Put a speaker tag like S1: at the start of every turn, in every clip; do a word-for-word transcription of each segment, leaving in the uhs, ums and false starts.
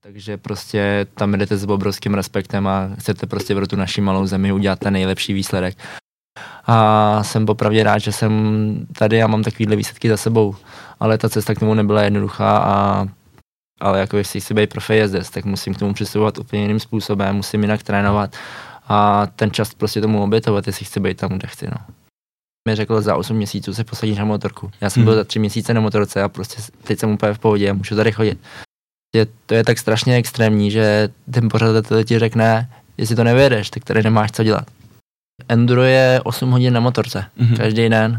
S1: Takže prostě tam jdete s obrovským respektem a chcete prostě pro tu naši malou zemi udělat ten nejlepší výsledek. A jsem popravdě rád, že jsem tady a mám takovýhle výsledky za sebou. Ale ta cesta k tomu nebyla jednoduchá, a, ale jako jestli chci být profi jezdec, tak musím k tomu přistupovat úplně jiným způsobem, musím jinak trénovat a ten čas prostě tomu obětovat, jestli chci být tam, kde chci. No. Mi řekl, za osm měsíců se posadíš na motorku. Já jsem hmm. byl za tři měsíce na motorce a prostě teď jsem úplně v pohodě a můžu tady chodit. Je, to je tak strašně extrémní, že ten pořadatel ti řekne, jestli to nevědeš, tak tady nemáš co dělat. Enduro je osm hodin na motorce, mm-hmm. každý den.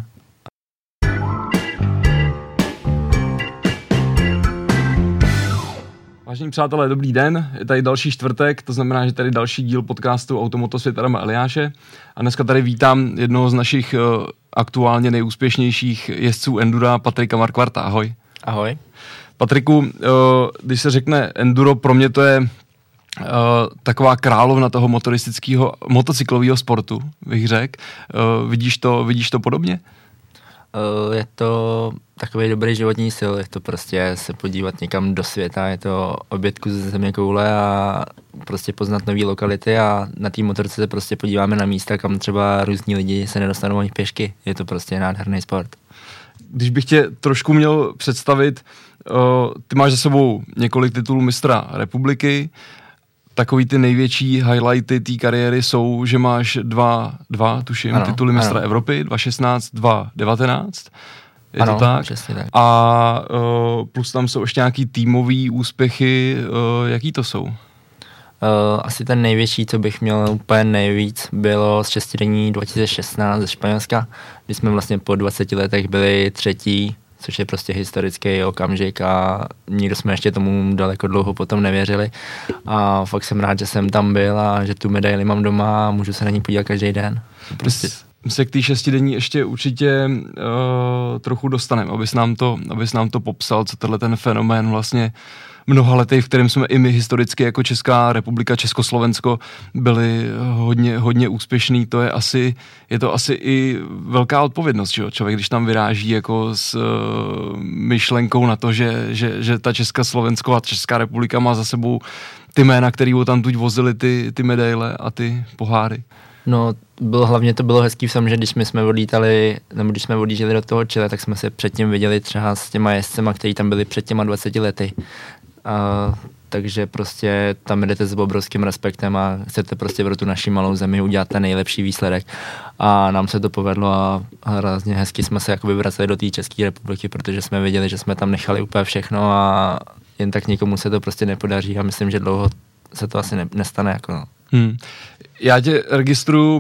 S2: Vážení přátelé, dobrý den, je tady další čtvrtek, to znamená, že tady další díl podcastu Automotosvět Adama Eliáše a dneska tady vítám jednoho z našich uh, aktuálně nejúspěšnějších jezdců Endura, Patrika Markvarta. Ahoj.
S1: Ahoj.
S2: Patriku, uh, když se řekne Enduro, pro mě to je uh, taková královna toho motoristického, motocyklového sportu, bych řekl. Uh, vidíš to, vidíš to podobně?
S1: Uh, je to takový dobrý životní styl, je to prostě se podívat někam do světa, je to obět kus země koule a prostě poznat nové lokality a na té motorce se prostě podíváme na místa, kam třeba různí lidi se nedostanou ani pěšky. Je to prostě nádherný sport.
S2: Když bych tě trošku měl představit, uh, ty máš za sebou několik titulů mistra republiky. Takový ty největší highlighty té kariéry jsou, že máš dva, dva tuším, ano, tituly mistra ano. Evropy, dva šestnáct, dva devatenáct. Je
S1: ano,
S2: to tak?
S1: Přesně tak.
S2: A uh, plus tam jsou ještě nějaký týmový úspěchy. Uh, jaký to jsou? Uh,
S1: asi ten největší, co bych měl úplně nejvíc, bylo z šestidenní dva tisíce šestnáct ze Španělska, kdy jsme vlastně po dvaceti letech byli třetí, což je prostě historický okamžik a nikdo jsme ještě tomu daleko dlouho potom nevěřili. A fakt jsem rád, že jsem tam byl a že tu medaili mám doma a můžu se na ní podívat každý den. Prostě.
S2: My se k té šestidenní ještě určitě uh, trochu dostaneme, abys nám to, abys nám to popsal, co tenhle ten fenomén vlastně mnoha letech, v kterém jsme i my historicky jako Česká republika, Československo byli hodně, hodně úspěšný. To je asi, je to asi i velká odpovědnost, že jo? Člověk, když tam vyráží jako s uh, myšlenkou na to, že, že, že ta Československo a Česká republika má za sebou ty jména, který tam tuď vozili ty, ty medaile a ty poháry.
S1: No, bylo, hlavně to bylo hezký v tom, že když my jsme odlítali, nebo když jsme odjížděli do toho Chile, tak jsme se předtím viděli třeba s těma jezdcema, kteří tam byli před těma dvaceti lety. A, takže prostě tam jdete s obrovským respektem a chcete prostě pro tu naši malou zemi udělat ten nejlepší výsledek. A nám se to povedlo a, a hrozně hezky jsme se jakoby vraceli do té České republiky, protože jsme věděli, že jsme tam nechali úplně všechno a jen tak nikomu se to prostě nepodaří a myslím, že dlouho se to asi ne, nestane. Jako no.
S2: Hmm. Já tě registruju, uh,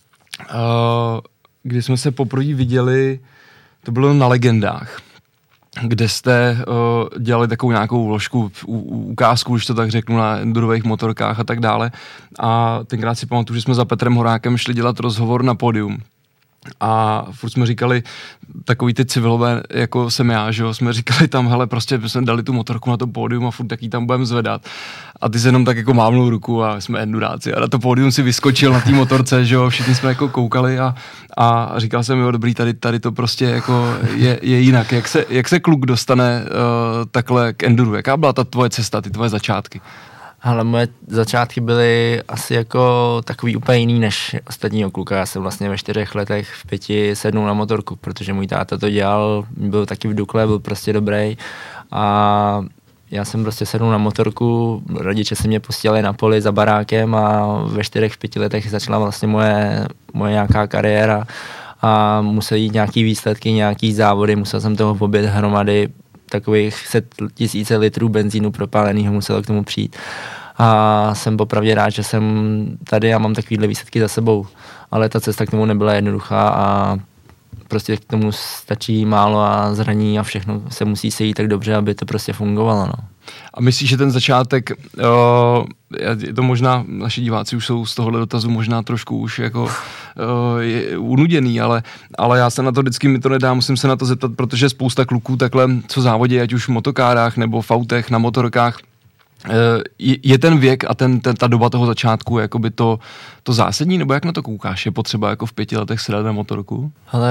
S2: kdy jsme se poprvé viděli, to bylo na Legendách, kde jste uh, dělali takovou nějakou vložku, u, ukázku, když to tak řeknu, na endurových motorkách a tak dále. A tenkrát si pamatuju, že jsme za Petrem Horákem šli dělat rozhovor na pódium. A furt jsme říkali, takový ty civilové, jako jsem já, že jo, jsme říkali tam, hele, prostě jsme dali tu motorku na to pódium a furt taky tam budeme zvedat. A ty se jenom tak jako mávnul ruku a jsme enduráci. A na to pódium si vyskočil na té motorce, že jo, všichni jsme jako koukali a, a říkal jsem, jo, dobrý, tady, tady to prostě jako je, je jinak. Jak se, jak se kluk dostane uh, takhle k enduru? Jaká byla ta tvoje cesta, ty tvoje začátky?
S1: Ale moje začátky byly asi jako takový úplně jiný než ostatního kluka. Já jsem vlastně ve čtyřech letech v pěti sednul na motorku, protože můj táta to dělal, byl taky v Dukle, byl prostě dobrý a já jsem prostě sednul na motorku, rodiče se mě pustili na poli za barákem a ve čtyřech, v pěti letech začala vlastně moje, moje nějaká kariéra a musel jít nějaký výsledky, nějaký závody, musel jsem toho obět hromady, takových set tisíce litrů benzínu propáleného muselo k tomu přijít. A jsem popravdě rád, že jsem tady a mám takovýhle výsledky za sebou. Ale ta cesta k tomu nebyla jednoduchá a prostě k tomu stačí málo a zraní a všechno se musí sejít tak dobře, aby to prostě fungovalo. No.
S2: A myslíš, že ten začátek, uh, je to možná, naši diváci už jsou z tohohle dotazu možná trošku už jako uh, je unuděný, ale, ale já se na to vždycky mi to nedá, musím se na to zeptat, protože spousta kluků takhle, co závodí, ať už v motokárách nebo v autech, na motorkách, uh, je, je ten věk a ten, ten, ta doba toho začátku jakoby to, to zásadní, nebo jak na to koukáš? Je potřeba jako v pěti letech sedat na motorku?
S1: Ale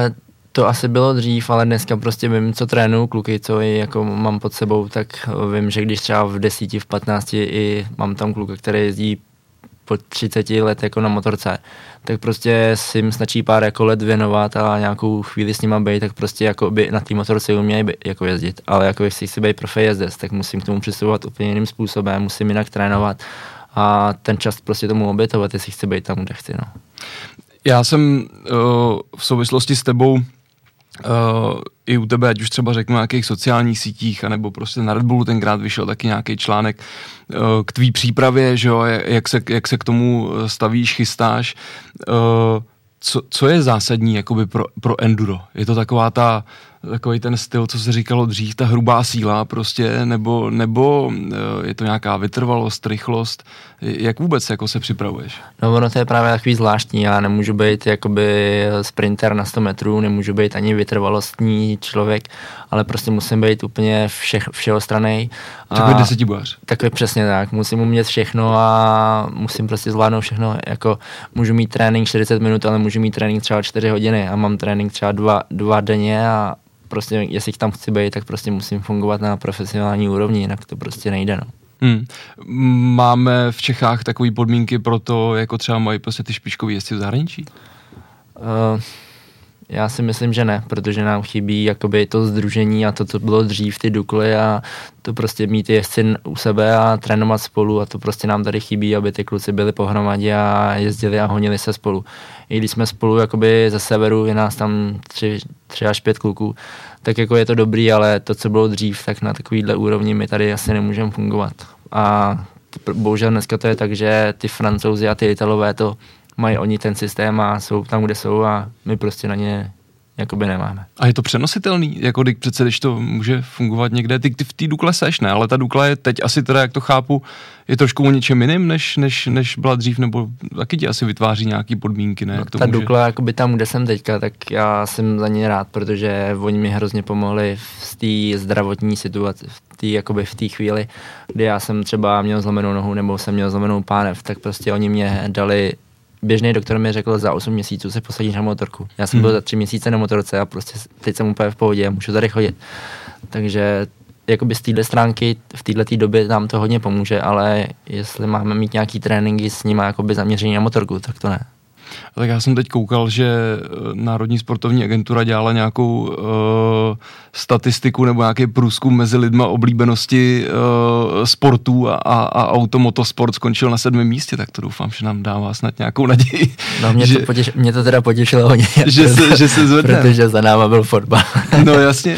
S1: To asi bylo dřív, ale dneska prostě vím, co trénuju, kluky, co i jako mám pod sebou, tak vím, že když třeba v desíti, v patnácti i mám tam kluka, který jezdí po třiceti let jako na motorce, tak prostě si jim stačí pár jako let věnovat a nějakou chvíli s nima být, tak prostě jako by na té motorce umějí jako jezdit, ale jako jestli chci být profi jezdec, tak musím k tomu přistupovat úplně jiným způsobem, musím jinak trénovat a ten čas prostě tomu obětovat, jestli chci být tam, kde chci, no.
S2: Já jsem uh, v souvislosti s tebou uh, i u tebe, ať už třeba řeknu na nějakých sociálních sítích, anebo prostě na Red Bullu tenkrát vyšel taky nějaký článek uh, k tvý přípravě, že jo, jak se, jak se k tomu stavíš, chystáš. Uh, co, co je zásadní jakoby pro, pro enduro? Je to taková ta, takový ten styl, co se říkalo dřív, ta hrubá síla prostě, nebo, nebo uh, je to nějaká vytrvalost, rychlost? Jak vůbec jako se připravuješ?
S1: No ono to je právě takový zvláštní, já nemůžu být jakoby sprinter na sto metrů, nemůžu být ani vytrvalostní člověk, ale prostě musím být úplně všech, všehostranej.
S2: Takový desetibojař.
S1: Takový přesně tak, musím umět všechno a musím prostě zvládnout všechno, jako můžu mít trénink čtyřicet minut, ale můžu mít trénink třeba čtyři hodiny a mám trénink třeba dva, dva denně a prostě jestli tam chci být, tak prostě musím fungovat na profesionální úrovni, jinak to prostě nejde, no.
S2: Hmm. Máme v Čechách takové podmínky pro to, jako třeba mají prostě ty špičkový jezdci v zahraničí?
S1: Uh, já si myslím, že ne, protože nám chybí jakoby to sdružení a to, co bylo dřív, ty Dukly a to prostě mít jezdci u sebe a trénovat spolu a to prostě nám tady chybí, aby ty kluci byli pohromadě a jezdili a honili se spolu. I když jsme spolu jakoby ze severu, je nás tam tři, tři až pět kluků, tak jako je to dobrý, ale to, co bylo dřív, tak na takovýhle úrovni my tady asi nemůžeme fungovat. A bohužel dneska to je tak, že ty Francouzi a ty Italové to mají oni ten systém a jsou tam, kde jsou a my prostě na ně jakoby nemáme.
S2: A je to přenositelný? Jako když přece, když to může fungovat někde, ty, ty v té Dukle seš, ne? Ale ta Dukla je teď asi teda, jak to chápu, je trošku o něčem jiným, než, než, než byla dřív, nebo taky ti asi vytváří nějaký podmínky, ne? Jak
S1: no,
S2: to
S1: ta
S2: může...
S1: Dukla, jakoby tam, kde jsem teďka, tak já jsem za ně rád, protože oni mi hrozně pomohli v té zdravotní situaci, v té jakoby v té chvíli, kdy já jsem třeba měl zlomenou nohu nebo jsem měl zlomenou pánev, tak prostě oni mě dali. Běžný doktor mi řekl, za osm měsíců se posadíš na motorku. Já jsem hmm. byl za tři měsíce na motorce a prostě teď jsem úplně v pohodě a můžu tady chodit. Takže jakoby z téhle stránky v této době nám to hodně pomůže, ale jestli máme mít nějaký tréninky s nimi jakoby zaměření na motorku, tak to ne.
S2: Tak já jsem teď koukal, že Národní sportovní agentura dělala nějakou uh, statistiku nebo nějaký průzkum mezi lidma oblíbenosti uh, sportů a, a, a automotosport skončil na sedmém místě, tak to doufám, že nám dává snad nějakou naději.
S1: No mě,
S2: že,
S1: to, potěš, mě to teda potěšilo hodně,
S2: že se, že se zvedne.
S1: Protože za náma byl fotbal.
S2: No jasně.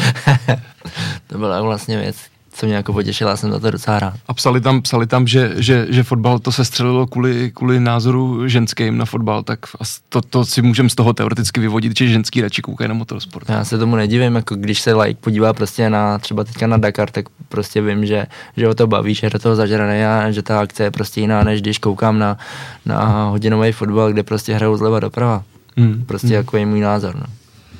S1: To byla vlastně věc, co mě jako potěšila, jsem za to docela rád.
S2: A psali tam, psali tam že, že, že fotbal to se střelilo kvůli, kvůli názoru ženským na fotbal, tak to, to si můžeme z toho teoreticky vyvodit, že ženský radši koukají na motorsport.
S1: Já se tomu nedivím, jako když se like podívá prostě na třeba teďka na Dakar, tak prostě vím, že, že ho to baví, že je do toho zažraný a že ta akce je prostě jiná, než když koukám na, na hodinový fotbal, kde prostě hrajou zleva doprava. Hmm. Prostě hmm. jako je můj názor. No.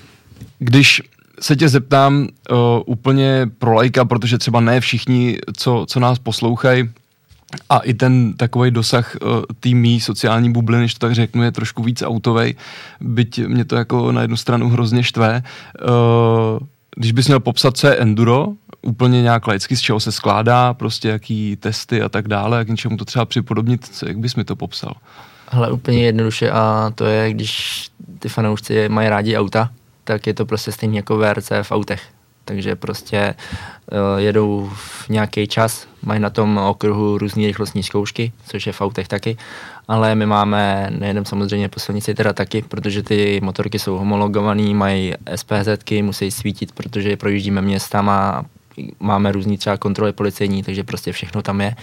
S2: Když se tě zeptám uh, úplně pro laika, protože třeba ne všichni, co, co nás poslouchají, a i ten takovej dosah uh, té mý sociální bubliny, než to tak řeknu, je trošku víc autovej, byť mě to jako na jednu stranu hrozně štve. Uh, když bys měl popsat, co je enduro, úplně nějak laicky, z čeho se skládá, prostě jaký testy a tak dále, jak něčemu to třeba připodobnit, co, jak bys mi to popsal?
S1: Hele, úplně jednoduše a to je, když ty fanoušci mají rádi auta, tak je to prostě stejný jako V R C v autech. Takže prostě uh, jedou v nějaký čas, mají na tom okruhu různý rychlostní zkoušky, což je v autech taky, ale my máme nejenom samozřejmě po silnici teda taky, protože ty motorky jsou homologovaný, mají S P Z ky, musí svítit, protože projíždíme městama, máme různý třeba kontroly policejní, takže prostě všechno tam je.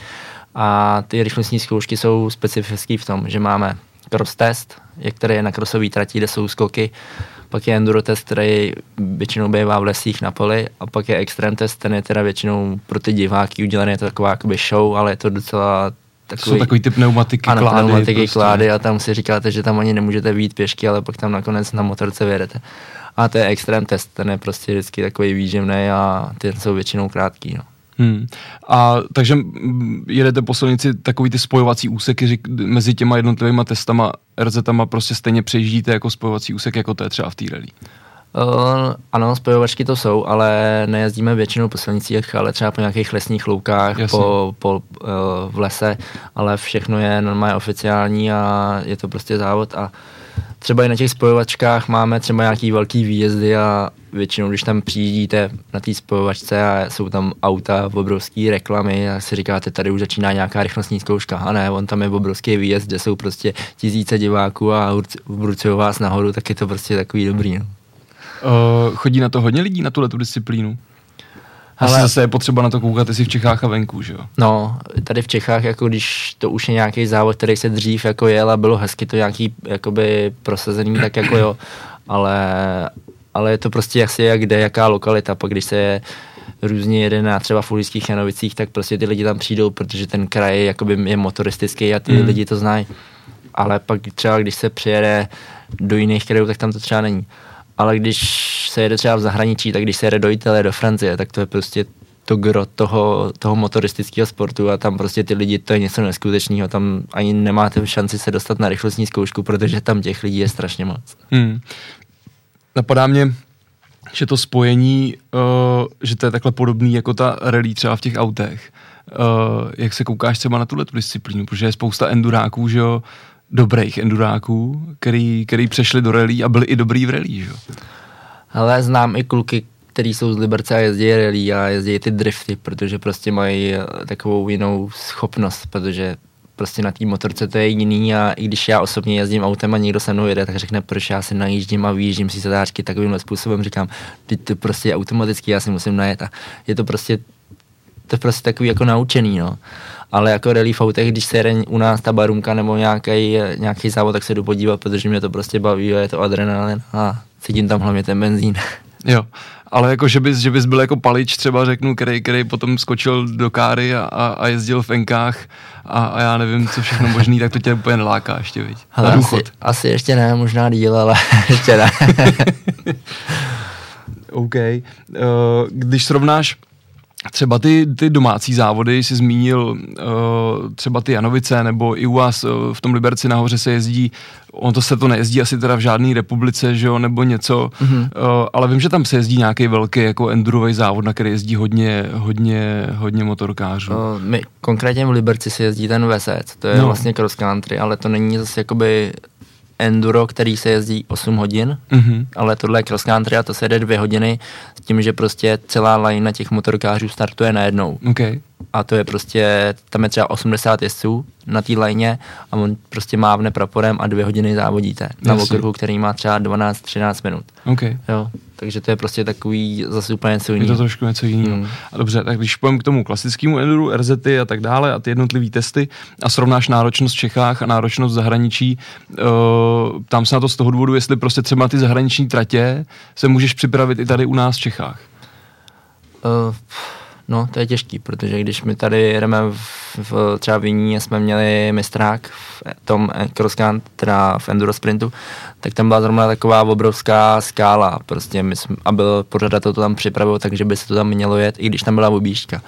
S1: A ty rychlostní zkoušky jsou specifické v tom, že máme cross test, který je na crossový trati, kde jsou skoky, pak je enduro test, který většinou bývá v lesích na poli, a pak je extrém test, ten je teda většinou pro ty diváky udělaný, je to taková jakoby show, ale je to docela takový...
S2: Jsou takový ty pneumatiky,
S1: ano,
S2: klády.
S1: Ano, pneumatiky,
S2: prostě.
S1: klády a tam si říkáte, že tam ani nemůžete vyjít pěšky, ale pak tam nakonec na motorce vyjedete. A to je extrém test, ten je prostě vždycky takový výživný a ty jsou většinou krátký, no.
S2: Hmm. A takže jedete po silnici takový ty spojovací úseky řík, mezi těma jednotlivýma testama, RZtama prostě stejně přejíždíte jako spojovací úsek, jako to je třeba v té rally.
S1: Uh, ano, spojovačky to jsou, ale nejezdíme většinou po silnicích, ale třeba po nějakých lesních loukách, Jasně. po, po uh, v lese, ale všechno je normálně oficiální a je to prostě závod a třeba i na těch spojovačkách máme třeba nějaký velký výjezdy a většinou, když tam přijíždíte na té spojovačce a jsou tam auta, obrovský reklamy a si říkáte, tady už začíná nějaká rychlostní zkouška. A ne, on tam je obrovský výjezd, kde jsou prostě tisíce diváků a vbrucují vás nahoru, tak je to prostě takový dobrý. No.
S2: Uh, chodí na to hodně lidí, na tuhle tu disciplínu? Asi ale zase je potřeba na to koukat, jestli v Čechách a venku, že jo?
S1: No, tady v Čechách, jako když to už je nějaký závod, který se dřív jako jel a bylo hezky to nějaký jakoby prosazený, tak jako jo, ale, ale je to prostě asi jak kde, jaká lokalita, pak když se je různě jede na třeba v Ulických Janovicích, tak prostě ty lidi tam přijdou, protože ten kraj jakoby je motoristický a ty mm. lidi to znají. Ale pak třeba když se přijede do jiných krajů, tak tam to třeba není. Ale když se jede třeba v zahraničí, tak když se jede do Itálie, do Francie, tak to je prostě to gro toho, toho motoristického sportu a tam prostě ty lidi, to je něco neskutečného, tam ani nemáte šanci se dostat na rychlostní zkoušku, protože tam těch lidí je strašně moc.
S2: Hmm. Napadá mě, že to spojení, uh, že to je takhle podobný jako ta rally třeba v těch autech. Uh, jak se koukáš třeba na tuhle tu disciplínu, protože je spousta enduráků, že jo, dobrých enduráků, který, který přešli do rally a byli i dobrý v rally, že jo?
S1: Ale znám i kluky, který jsou z Liberce a jezdí rally a jezdí ty drifty, protože prostě mají takovou jinou schopnost, protože prostě na té motorce to je jiný a i když já osobně jezdím autem a někdo se mnou jede, tak řekne, proč já si najíždím a vyjíždím si zatáčky takovýmhle způsobem, říkám, teď to prostě je automaticky, já si musím najet a je to prostě to je prostě takový jako naučený, no. Ale jako rally v autech, když se jede u nás ta barunka nebo nějaký, nějaký závod, tak se jdu podívat, protože mě to prostě baví a je to adrenalin a cítím tam hlavně ten benzín.
S2: Jo, ale jako, že bys, že bys byl jako palič, třeba řeknu, který, který potom skočil do káry a, a, a jezdil v enkách a, a já nevím, co všechno možný, tak to tě úplně neláká ještě, viď? Na důchod.
S1: Asi, asi ještě ne, možná díl, ale ještě ne.
S2: OK. Uh, když srovnáš třeba ty, ty domácí závody, jsi zmínil uh, třeba ty Janovice, nebo i u vás uh, v tom Liberci nahoře se jezdí, on to se to nejezdí asi teda v žádné republice, že jo, nebo něco, mm-hmm. uh, ale vím, že tam se jezdí nějaký velký jako endurový závod, na který jezdí hodně, hodně, hodně motorkářů.
S1: Uh, my konkrétně v Liberci se jezdí ten V S, to je no. vlastně cross country, ale to není zase jakoby enduro, který se jezdí osm hodin, mm-hmm. ale tohle je cross country a to se jede dvě hodiny s tím, že prostě celá line těch motorkářů startuje najednou.
S2: Okay.
S1: A to je prostě, tam je třeba osmdesát jezdců na té lajně a on prostě mávne praporem a dvě hodiny závodíte na okruhu, který má třeba dvanáct třináct minut.
S2: Okay.
S1: Jo, takže to je prostě takový zase úplně něco jiného.
S2: Je to trošku něco jiného. Hmm. A dobře, tak když půjdeme k tomu klasickému enduru, R Z a tak dále a ty jednotlivý testy a srovnáš náročnost v Čechách a náročnost v zahraničí, uh, tam se na to z toho důvodu, jestli prostě třeba ty zahraniční tratě se můžeš připravit i tady u nás v Čechách.
S1: Uh, No, to je těžký, protože když my tady jedeme v, v třeba v Jiní, jsme měli mistrák v tom cross country, teda v enduro sprintu, tak tam byla zrovna taková obrovská skála, prostě my jsme, a byl pořadatel to tam připravil, takže by se to tam mělo jet, i když tam byla objížďka.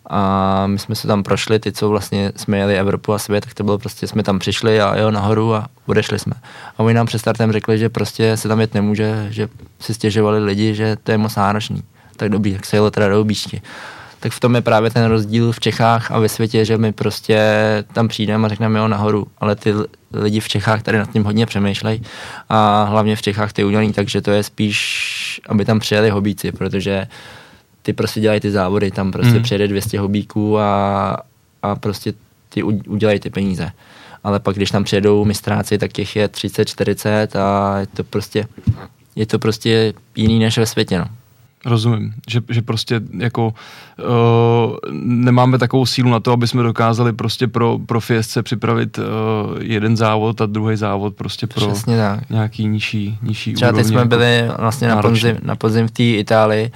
S1: A my jsme se tam prošli, ty, co vlastně jsme jeli Evropu a svět, tak to bylo prostě, jsme tam přišli a jo, nahoru a odešli jsme. A oni nám před startem řekli, že prostě se tam jet nemůže, že si stěžovali lidi, že to je moc náročný. Tak dobrý, tak se jelo teda do objížďky. Tak v tom je právě ten rozdíl v Čechách a ve světě, že my prostě tam přijdeme a řekneme jo nahoru, ale ty lidi v Čechách tady nad tím hodně přemýšlejí a hlavně v Čechách ty udělaný, takže to je spíš, aby tam přijeli hobíci, protože ty prostě dělají ty závody, tam prostě mm. přijede dvě stě hobíků a, a prostě ty udělají ty peníze. Ale pak, když tam přijedou mistráci, tak těch je třicet čtyřicet a je to prostě, je to prostě jiný než ve světě, no.
S2: Rozumím, že, že prostě jako uh, nemáme takovou sílu na to, aby jsme dokázali prostě pro, pro Fiestce připravit uh, jeden závod a druhý závod prostě pro nějaký nižší, nižší
S1: třeba
S2: úrovně.
S1: Třeba teď jsme byli vlastně na podzim, na podzim v té Itálii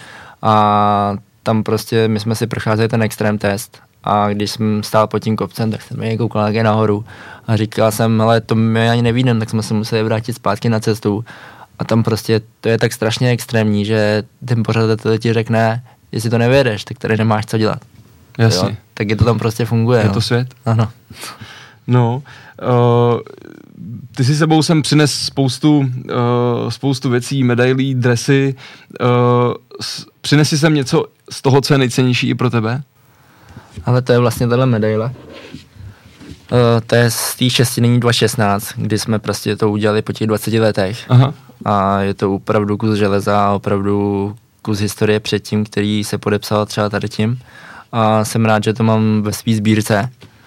S1: a tam prostě my jsme si procházeli ten extrém test a když jsem stál pod tím kopcem, tak jsem mě koukal nějaké nahoru a říkal jsem, ale to my ani nevídem, tak jsme se museli vrátit zpátky na cestu. A tam prostě to je tak strašně extrémní, že ten pořadatel ti řekne, jestli to nevědeš, tak tady nemáš co dělat.
S2: Jasně.
S1: Tak je to tam prostě funguje.
S2: Je
S1: no.
S2: to svět?
S1: Ano.
S2: No, uh, ty si sebou sem přines spoustu, uh, spoustu věcí, medailí, dresy. Uh, přinesi sem něco z toho, co je nejcennější i pro tebe?
S1: Ale to je vlastně tahle medaile. Uh, to je z té šestidenní dva tisíce šestnáct, kdy jsme prostě to udělali po těch dvaceti letech. Aha. A je to opravdu kus železa a opravdu kus historie předtím, který se podepsal třeba tady tím. A jsem rád, že to mám ve svý sbírce.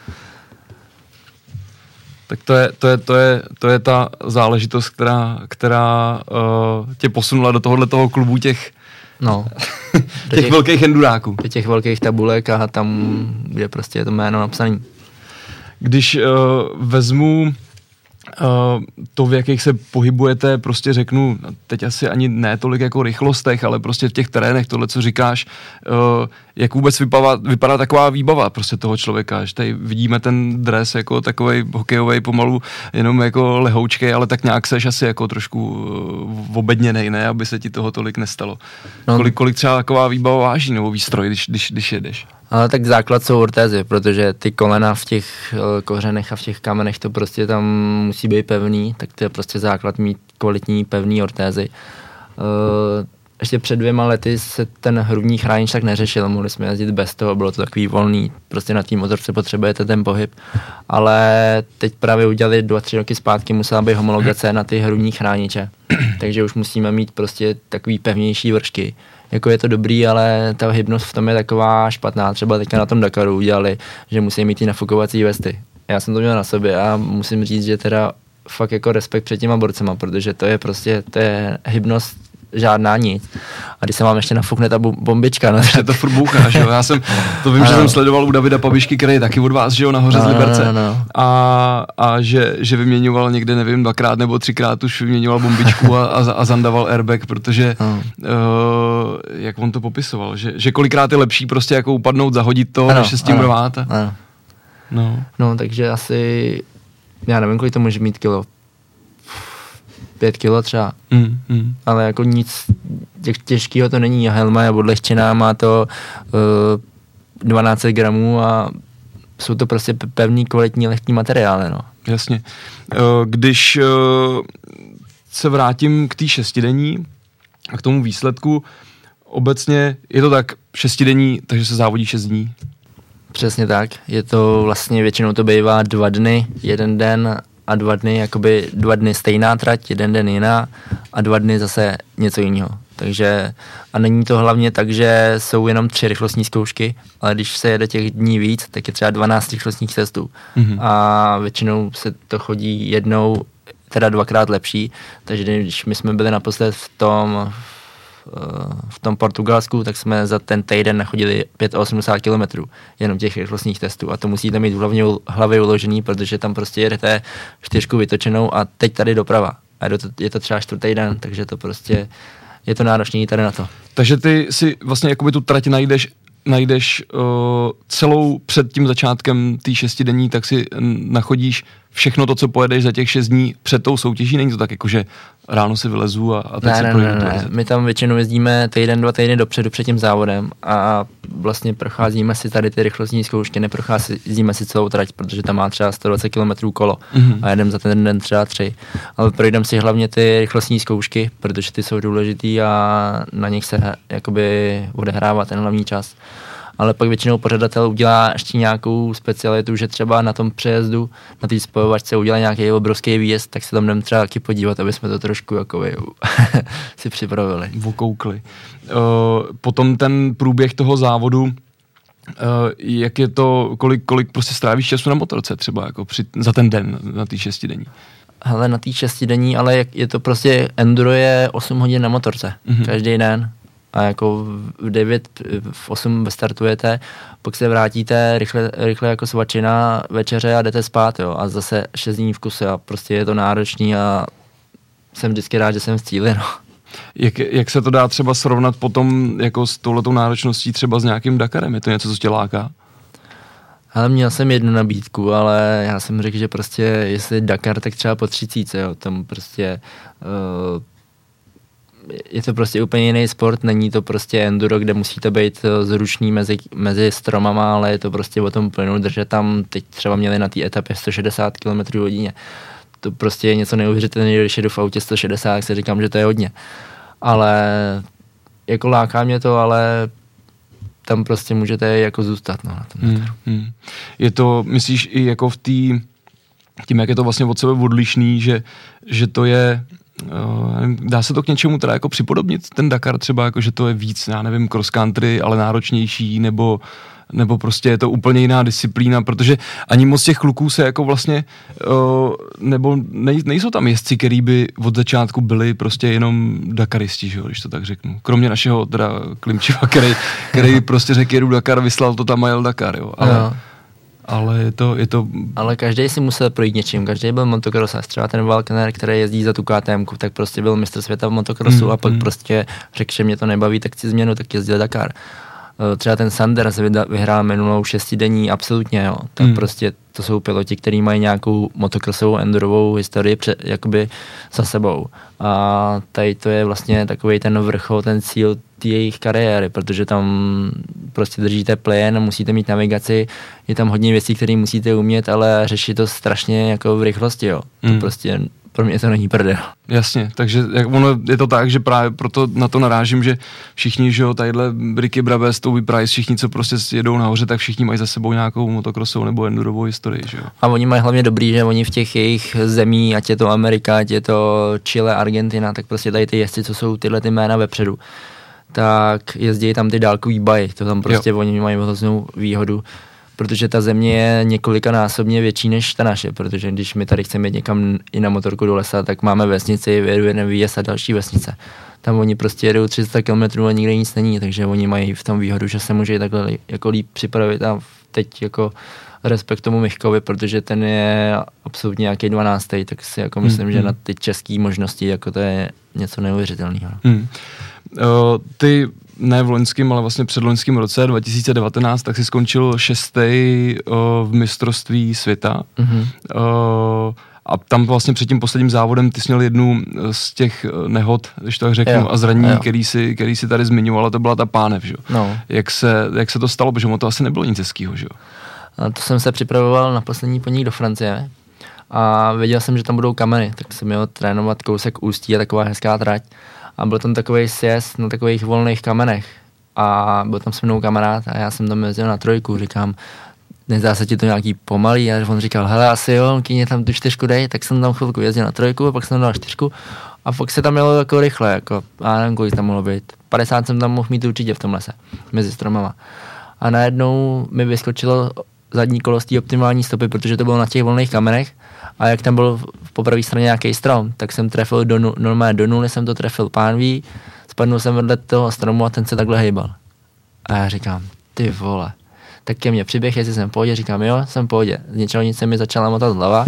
S2: Tak to je, to je, to je, to je ta záležitost, která, která uh, tě posunula do tohohle toho klubu těch,
S1: no,
S2: těch, těch velkých enduráků.
S1: Do těch velkých tabulek a tam, kde prostě je to jméno napsané.
S2: Když uh, vezmu Uh, to, v jakých se pohybujete, prostě řeknu, teď asi ani ne tolik jako rychlostech, ale prostě v těch terénech, tohle, co říkáš, uh, jak vůbec vypadá, vypadá taková výbava prostě toho člověka, že tady vidíme ten dres jako takovej hokejovej pomalu, jenom jako lehoučkej, ale tak nějak seš asi jako trošku uh, obedněnej, ne, aby se ti toho tolik nestalo. No. Kolik, kolik třeba taková výbava váží, nebo výstroj, když, když, když jedeš?
S1: Ale tak základ jsou ortézy, protože ty kolena v těch uh, kořenech a v těch kamenech to prostě tam musí být pevný, tak to je prostě základ mít kvalitní pevný ortézy. Uh, ještě před dvěma lety se ten hrudní chránič tak neřešil, mohli jsme jezdit bez toho, bylo to takový volný, prostě na té motorce potřebujete ten pohyb, ale teď právě udělali dva, tři roky zpátky, musela být homologace na ty hrudní chrániče, takže už musíme mít prostě takový pevnější vršky. Jako je to dobrý, ale ta hybnost v tom je taková špatná. Třeba teďka na tom Dakaru udělali, že musí mít ty nafukovací vesty. Já jsem to měl na sobě a musím říct, že teda fakt jako respekt před těma borcema, protože to je prostě, to je hybnost žádná nic. A když se vám ještě nafukne ta bombička, no
S2: tak... to furt bouchá, že jo? Já jsem, to vím, ano. Že jsem sledoval u Davida Pabišky, který je taky od vás, že jo, nahoře no, z Liberce. No, no, no. A, a že, že vyměňoval někde, nevím, dvakrát nebo třikrát už vyměňoval bombičku a, a, a zandaval airbag, protože no. uh, jak on to popisoval, že, že kolikrát je lepší prostě jako upadnout, zahodit to, ano, než se s tím rvát.
S1: Ano. No. no, takže asi, já nevím, kolik to může mít kilo. Pět kilo třeba, mm, mm. ale jako nic těžkého to není. Helma je odlehčená, má to uh, dvanáct gramů a jsou to prostě pevný, kvalitní, lehký materiály. No.
S2: Jasně. Uh, když uh, se vrátím k té šestidenní a k tomu výsledku, obecně je to tak šestidenní, takže se závodí šest dní?
S1: Přesně tak. Je to vlastně většinou to bývá dva dny, jeden den a dva dny, jakoby dva dny stejná trať, jeden den jiná a dva dny zase něco jiného. Takže a není to hlavně tak, že jsou jenom tři rychlostní zkoušky, ale když se jede těch dní víc, tak je třeba dvanáct rychlostních testů. Mm-hmm. A většinou se to chodí jednou, teda dvakrát lepší, takže když my jsme byli naposled v tom v tom Portugalsku, tak jsme za ten týden nachodili osmdesát pět kilometrů jenom těch rychlostních testů a to musíte mít hlavně hlavě uložený, protože tam prostě jedete čtyřku vytočenou a teď tady doprava. A je to, je to třeba čtvrtý den, takže to prostě je to náročný tady na to.
S2: Takže ty si vlastně jakoby tu trať najdeš najdeš uh, celou před tím začátkem té šestidenní, tak si nachodíš všechno to, co pojedeš za těch šest dní před tou soutěží. Není to tak jako, že ráno si vylezu a, a teď
S1: ne,
S2: si
S1: ne,
S2: projdu.
S1: Ne, ne, my tam většinou jezdíme týden, dva týdny dopředu před tím závodem a vlastně procházíme si tady ty rychlostní zkoušky, neprocházíme si celou trať, protože tam má třeba sto dvacet kilometrů kolo mm-hmm. a jedem za ten den třeba tři. Ale projdeme si hlavně ty rychlostní zkoušky, protože ty jsou důležitý a na nich se jakoby odehrává ten hlavní čas. Ale pak většinou pořadatel udělá ještě nějakou specialitu, že třeba na tom přejezdu, na té spojovačce udělá nějaký obrovský výjezd, tak se tam jdeme třeba taky podívat, aby jsme to trošku jako si připravili.
S2: Vokoukli. Uh, potom ten průběh toho závodu, uh, jak je to, kolik, kolik prostě strávíš času na motorce třeba jako při, za ten den na té šestidenní?
S1: Hele, na té šestidenní, ale je to prostě enduro je osm hodin na motorce, mm-hmm. každý den. A jako v devět, v osm startujete, pak se vrátíte rychle, rychle jako svačina, večeře a jdete spát, jo. A zase šest dní v kuse a prostě je to náročný a jsem vždycky rád, že jsem v cíli, no.
S2: Jak, jak se to dá třeba srovnat potom jako s touhletou náročností třeba s nějakým Dakarem? Je to něco, co tě láká?
S1: Ale měl jsem jednu nabídku, ale já jsem řekl, že prostě jestli Dakar, tak třeba po třicíce, jo. Tam prostě... Uh, je to prostě úplně jiný sport, není to prostě enduro, kde musíte být zručný mezi, mezi stromama, ale je to prostě o tom plynu, držet tam, teď třeba měli na té etapě sto šedesát kilometrů hodině. To prostě je něco neuvěřitelného, když jedu v autě sto šedesát, tak si říkám, že to je hodně. Ale jako láká mě to, ale tam prostě můžete jako zůstat. No, na tom
S2: hmm, hmm. Je to, myslíš i jako v té, tím, jak je to vlastně od sebe odlišný, že, že to je, uh, dá se to k něčemu teda jako připodobnit ten Dakar třeba, jako že to je víc, já nevím, cross country, ale náročnější, nebo nebo prostě je to úplně jiná disciplína, protože ani moc těch kluků se jako vlastně, uh, nebo nej, nejsou tam jezdci, který by od začátku byli prostě jenom dakaristi, že jo, když to tak řeknu. Kromě našeho teda Klimčiva, který, který prostě řekl, jedu Dakar, vyslal to tam a jel Dakar, jo. Ale, no. ale je to, je to...
S1: Ale každý si musel projít něčím, každý byl motocrossák, třeba ten Valkner, který jezdí za tu K T M ku, tak prostě byl mistr světa v motocrossu mm, a pak mm. prostě řekl, že mě to nebaví, tak chci změnu, tak jezdil Dakar. Třeba ten Sanders vyhrál minulou šestidenní, absolutně, jo. Tak mm. prostě to jsou piloti, kteří mají nějakou motocrossovou, endurovou historii před, jakoby za sebou. A tady to je vlastně takový ten vrchol, ten cíl té jejich kariéry, protože tam prostě držíte plyn, musíte mít navigaci, je tam hodně věcí, které musíte umět, ale řešit to strašně jako v rychlosti, jo. To mm. prostě pro mě to není prdel.
S2: Jasně, takže jak ono je to tak, že právě proto na to narážím, že všichni, že jo, tadyhle Ricky Brabez, Toby Price, všichni, co prostě jedou nahoře, tak všichni mají za sebou nějakou motocrossovou nebo endurovou historii, že jo.
S1: A oni mají hlavně dobrý, že oni v těch jejich zemí, ať je to Amerika, ať je to Chile, Argentina, tak prostě tady ty jezdci, co jsou tyhle ty jména vepředu, tak jezdí tam ty dálkový baji, to tam prostě jo. Oni mají hroznou výhodu, protože ta země je několikanásobně větší než ta naše, protože když my tady chceme jít někam i na motorku do lesa, tak máme vesnici, jedu jeden výjezd a další vesnice. Tam oni prostě jedou tři sta kilometrů a nikde nic není, takže oni mají v tom výhodu, že se může takhle jako líp připravit a teď jako respekt tomu Michkovi, protože ten je absolutně nějaký dvanáctý, tak si jako myslím, hmm, že hmm. na ty české možnosti jako to je něco neuvěřitelného.
S2: Hmm. Uh, ty ne v loňském, ale vlastně před loňským roce dva tisíce devatenáct, tak si skončil šestý uh, v mistrovství světa. Mm-hmm. Uh, a tam vlastně před tím posledním závodem ty jsi měl jednu z těch nehod, když to tak řeknu, jo, a zranění, jo. který si, který si tady zmiňoval, a to byla ta pánev, že?
S1: No.
S2: Jak se, jak se to stalo, protože to asi nebylo nic hezkýho, že?
S1: A to jsem se připravoval na poslední poník do Francie a věděl jsem, že tam budou kameny, tak jsem měl trénovat kousek Ústí a taková hezká trať. A byl tam takový sjezd na takových volných kamenech a byl tam se mnou kamarád a já jsem tam jezdil na trojku, říkám, nezdá se ti to nějaký pomalý, a on říkal, hele asi jo, kyně tam tu čtyřku dej, tak jsem tam chvilku jezdil na trojku a pak jsem dal čtyřku a pak se tam jelo jako rychle, jako, a nevím, kolik tam mohlo být, padesát jsem tam mohl mít určitě v tom lese, mezi stromama. A najednou mi vyskočilo zadní kolo z té optimální stopy, protože to bylo na těch volných kamenech. A jak tam byl v po pravé straně nějaký strom, tak jsem trefil do, nu, normálně do nuly, jsem to trefil pánví, spadnul jsem vedle toho stromu a ten se takhle hejbal. A já říkám, ty vole. Tak ke mně přiběh, jestli jsem v pohodě, říkám, jo, jsem v pohodě. Z ničeho nic se mi začala motat hlava,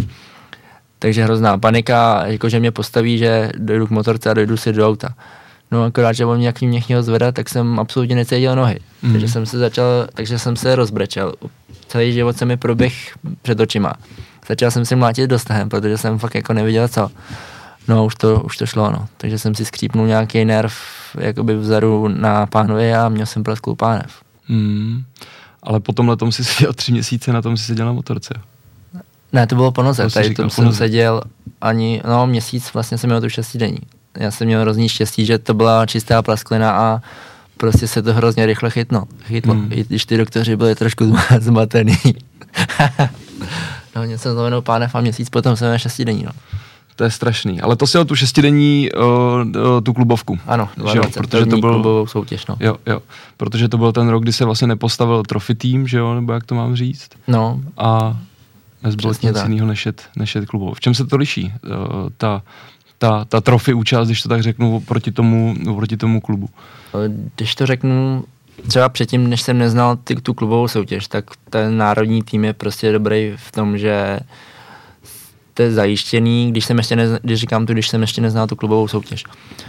S1: takže hrozná panika, jakože mě postaví, že dojdu k motorce a dojdu si do auta. No akorát, že on nějaký mě chtěl zvedat, tak jsem absolutně necítil nohy. Mm. Takže jsem se začal, takže jsem se rozbrečel. Celý život se mi proběh před očima. Začal jsem si mlátit do stehem, protože jsem fakt jako neviděl co. No už to, už to šlo, no. Takže jsem si skřípnul nějaký nerv jakoby vzadu na pánově a měl jsem prasklou pánev.
S2: Hmm. Ale po tomhle tom si seděl tři měsíce, na tom si seděl na motorce.
S1: Ne, to bylo po noze,
S2: to
S1: tady tom jsem seděl ani, no měsíc, vlastně jsem měl tu šestidenní. Já jsem měl hrozný štěstí, že to byla čistá prasklina a prostě se to hrozně rychle chytlo. chytlo. Hmm. I když ty doktoři byli trošku zmatený. No, něco znamenou pánev a měsíc potom jsem měl šestidenní, no.
S2: To je strašný. Ale to si tu šestidenní uh, uh, tu klubovku.
S1: Ano, dvacet, protože to byl klubovou soutěž, no.
S2: Jo, jo. Protože to byl ten rok, kdy se vlastně nepostavil trophy tým, že jo, nebo jak to mám říct.
S1: No.
S2: A nezbylo nic jiného než jet, než jet klubovou. V čem se to liší? Uh, ta, ta, ta trophy účast, když to tak řeknu, proti tomu, proti tomu klubu.
S1: Když to řeknu, třeba předtím, než jsem neznal ty, tu klubovou soutěž, tak ten národní tým je prostě dobrý v tom, že to je zajištěný, když jsem ještě nezna, když říkám tu, když jsem ještě neznal tu klubovou soutěž.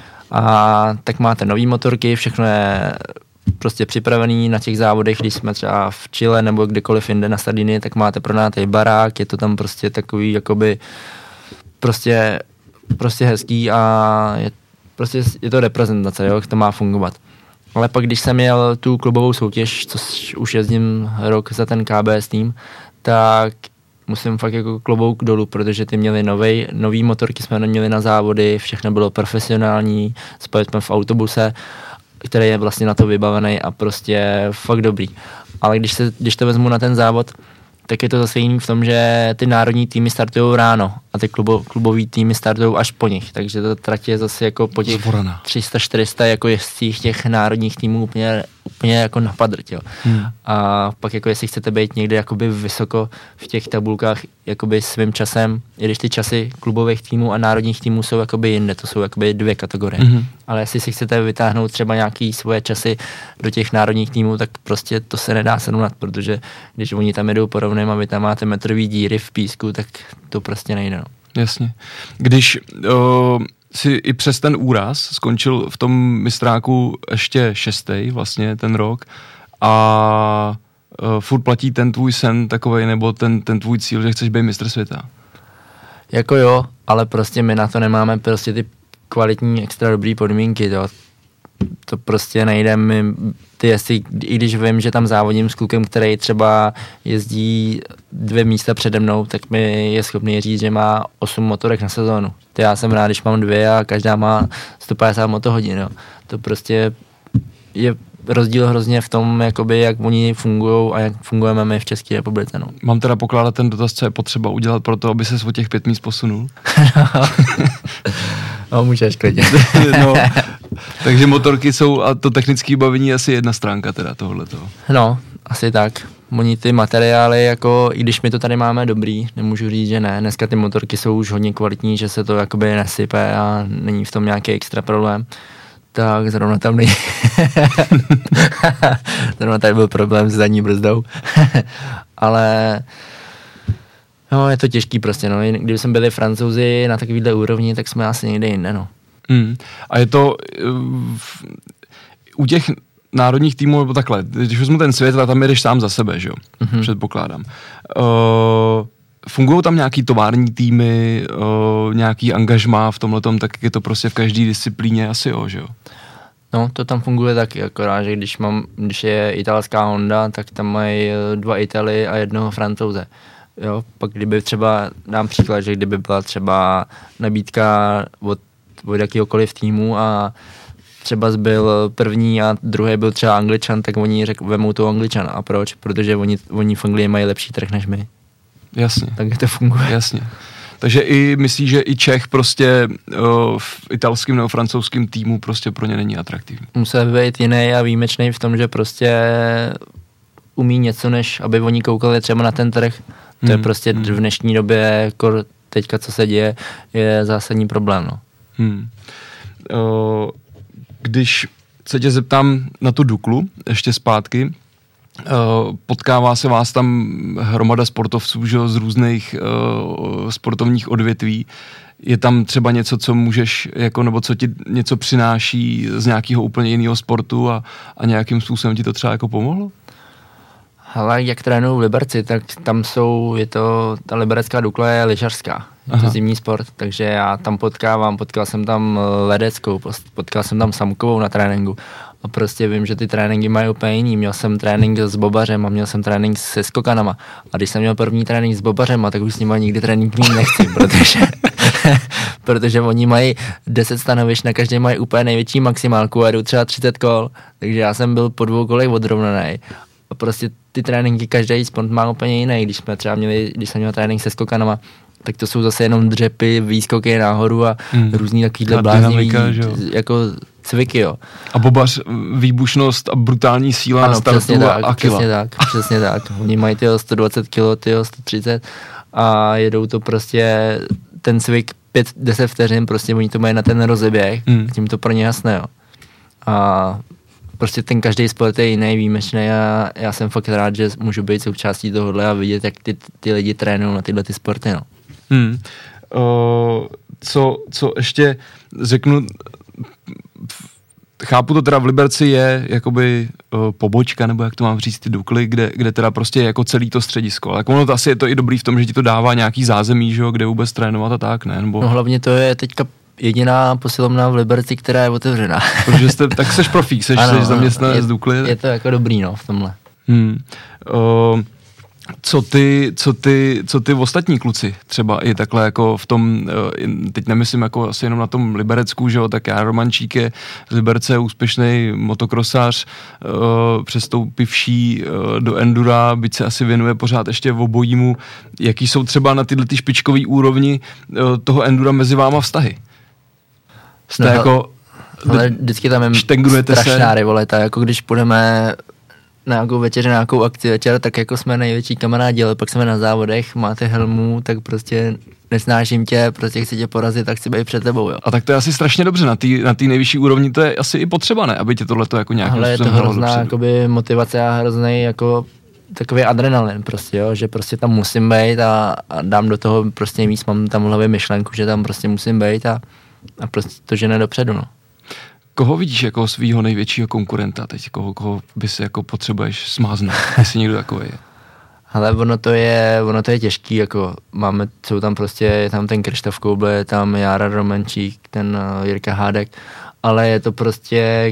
S1: A tak máte nový motorky, všechno je prostě připravený na těch závodech, když jsme třeba v Chile nebo kdekoliv jinde na Sardinii, tak máte pronátej barák, je to tam prostě takový jakoby prostě, prostě hezký a je, prostě je to reprezentace, jo, jak to má fungovat. Ale pak, když jsem měl tu klubovou soutěž, co už jezdím rok za ten K B S tým, tak musím fakt jako klobouk dolů, protože ty měli novej, nový motorky jsme měli na závody, všechno bylo profesionální, spojili jsme v autobuse, který je vlastně na to vybavený a prostě fakt dobrý. Ale když, se, když to vezmu na ten závod, tak je to zase jiný v tom, že ty národní týmy startují ráno a ty klubo, klubový týmy startují až po nich, takže to trať je zase jako po těch tři sta čtyři sta jako jezdcích těch národních týmů úplně, úplně jako na padrť, jo. Hmm. A pak jako jestli chcete být někde jakoby vysoko v těch tabulkách jakoby svým časem, i když ty časy klubových týmů a národních týmů jsou jakoby jinde, to jsou jakoby dvě kategorie. Hmm. Ale jestli si chcete vytáhnout třeba nějaký svoje časy do těch národních týmů, tak prostě to se nedá srovnat, protože když oni tam jedou po rovném a vy tam máte metrový díry v písku, tak to prostě nejde. No.
S2: Jasně. Když uh, si i přes ten úraz skončil v tom mistráku ještě šestý vlastně ten rok a uh, furt platí ten tvůj sen takovej, nebo ten, ten tvůj cíl, že chceš být mistr světa?
S1: Jako jo, ale prostě my na to nemáme prostě ty kvalitní extra dobrý podmínky, jo. To prostě nejde, my, ty jestli, i když vím, že tam závodím s klukem, který třeba jezdí dvě místa přede mnou, tak mi je schopný říct, že má osm motorek na sezónu. To já jsem rád, když mám dvě a každá má sto padesát motohodin, jo. To prostě je rozdíl hrozně v tom, jakoby, jak oni fungují a jak fungujeme my v České republice. No.
S2: Mám teda pokládat ten dotaz, co je potřeba udělat pro to, aby se o těch pět míst posunul?
S1: No, můžeš klidně.
S2: No, takže motorky jsou a to technické bavení je asi jedna stránka teda tohletoho.
S1: No, asi tak. Oni ty materiály, jako, i když my to tady máme dobrý, nemůžu říct, že ne. Dneska ty motorky jsou už hodně kvalitní, že se to jakoby nesype a není v tom nějaký extra problém. Tak zrovna tam nej... zrovna tady byl problém s zadní brzdou. Ale no, je to těžký prostě, no. Kdyby jsme byli Francouzi na takovýhle úrovni, tak jsme asi někde jinde, no.
S2: Hmm. A je to uh, u těch národních týmů, nebo takhle, když vezmu ten svět, tam jedeš sám za sebe, že jo? Mm-hmm. Předpokládám. Uh, fungují tam nějaký tovární týmy, uh, nějaký angažmá v tomhletom, tak je to prostě v každé disciplíně asi jo, že jo?
S1: No, to tam funguje taky, akorát, že když, mám, když je italská Honda, tak tam mají dva Italy a jednoho Francouze. Jo, pak kdyby třeba, dám příklad, že kdyby byla třeba nabídka od, od jakýhokoliv týmu a třeba byl první a druhý byl třeba Angličan, tak oni řek, vemou tu Angličana. A proč? Protože oni, oni v Anglii mají lepší trh než my.
S2: Jasně.
S1: Takže to funguje.
S2: Jasně. Takže i myslíš, že i Čech prostě o, v italském nebo francouzském týmu prostě pro ně není atraktivní.
S1: Musel být jiný a výjimečný v tom, že prostě umí něco, než aby oni koukali třeba na ten trh. To hmm. je prostě v dnešní době, jako teďka co se děje, je zásadní problém. No.
S2: Hmm. O, když se tě zeptám na tu Duklu, ještě zpátky, Uh, potkává se vás tam hromada sportovců, že, z různých uh, sportovních odvětví. Je tam třeba něco, co můžeš, jako, nebo co ti něco přináší z nějakého úplně jiného sportu a, a nějakým způsobem ti to třeba jako pomohlo?
S1: Ale jak trénuju v Liberci, tak tam jsou, je to, ta liberecká Dukla je lyžařská, je to zimní sport, takže já tam potkávám, potkal jsem tam Ledeckou, potkal jsem tam Samkovou na tréninku a prostě vím, že ty tréninky mají úplně jiný. Měl jsem trénink s bobařem a měl jsem trénink se skokanama a když jsem měl první trénink s bobařem, tak už s nima nikdy trénink mít nechci, protože protože oni mají deset stanovišť, na každém mají úplně největší maximálku a jdou třeba třicet kol, takže já jsem byl po dvou kolech odrovnaný. A prostě ty tréninky, každý sport má úplně jiný. Když jsme třeba měli, když jsem měl trénink se skokanama, tak to jsou zase jenom dřepy, výskoky nahoru a hmm. různý takovýhle bláznivý jako cviky, jo.
S2: A bobař, výbušnost a brutální síla
S1: ano,
S2: na startu
S1: tak,
S2: a kila.
S1: Přesně tak, přesně tak. Oni mají tyho sto dvacet kilo, tyho sto třicet a jedou to prostě, ten cvik pět deset vteřin, prostě oni to mají na ten rozeběh, hmm. tím to pro ně jasné, jo. A prostě ten každý sport je jiný, výjimečný a já jsem fakt rád, že můžu být součástí tohohle a vidět, jak ty, ty lidi trénují na tyhle ty sporty, no.
S2: Hmm. O, co, co ještě řeknu, chápu to teda v Liberci je jakoby o, pobočka, nebo jak to mám říct, ty Dukly, kde, kde teda prostě je jako celý to středisko, ale ono to asi je to i dobrý v tom, že ti to dává nějaký zázemí, že jo, kde vůbec trénovat a tak, ne? Nebo...
S1: No hlavně to je teďka jediná posilovna v Liberci, která je otevřená.
S2: Protože jste, tak seš profík, seš, seš zaměstnanec Dukly.
S1: Je to jako dobrý, no, v tomhle.
S2: Hmm. O, co ty, co ty, co ty ostatní kluci třeba i takhle jako v tom, teď nemyslím jako asi jenom na tom Liberecku, že jo, tak já Romančík je z Liberce úspěšný motokrosář, přestoupivší do endura, byť se asi věnuje pořád ještě v obojímu. Jaký jsou třeba na tyhle ty špičkový úrovni toho endura mezi váma vztahy? Jste
S1: no,
S2: jako...
S1: Ale vždycky tam je strašná rivalita, jako když půjdeme na nějakou večeři, na nějakou akci večer, tak jako jsme největší kamarádi, ale pak jsme na závodech, máte helmu, tak prostě nesnáším tě, prostě chci tě porazit, tak chci být před tebou, jo.
S2: A tak to je asi strašně dobře, na té na nejvyšší úrovni to je asi i potřeba, ne? Aby tě tohleto jako nějakým
S1: způsobem Ale je to hrozná jakoby, motivace a hrozný jako takový adrenalin prostě, jo, že prostě tam musím být a, a dám do toho prostě víc, mám tam v hlavě myšlenku, že tam prostě musím být a, a prostě to žene dopředu, no.
S2: Koho vidíš jako svýho největšího konkurenta teď? Koho, koho bys jako potřebuješ smáznout, jestli někdo takový je?
S1: Ale ono to je, ono to je těžký, jako máme, jsou tam prostě, je tam ten Krištof Koubl, je tam Jára Romančík, ten uh, Jirka Hádek, ale je to prostě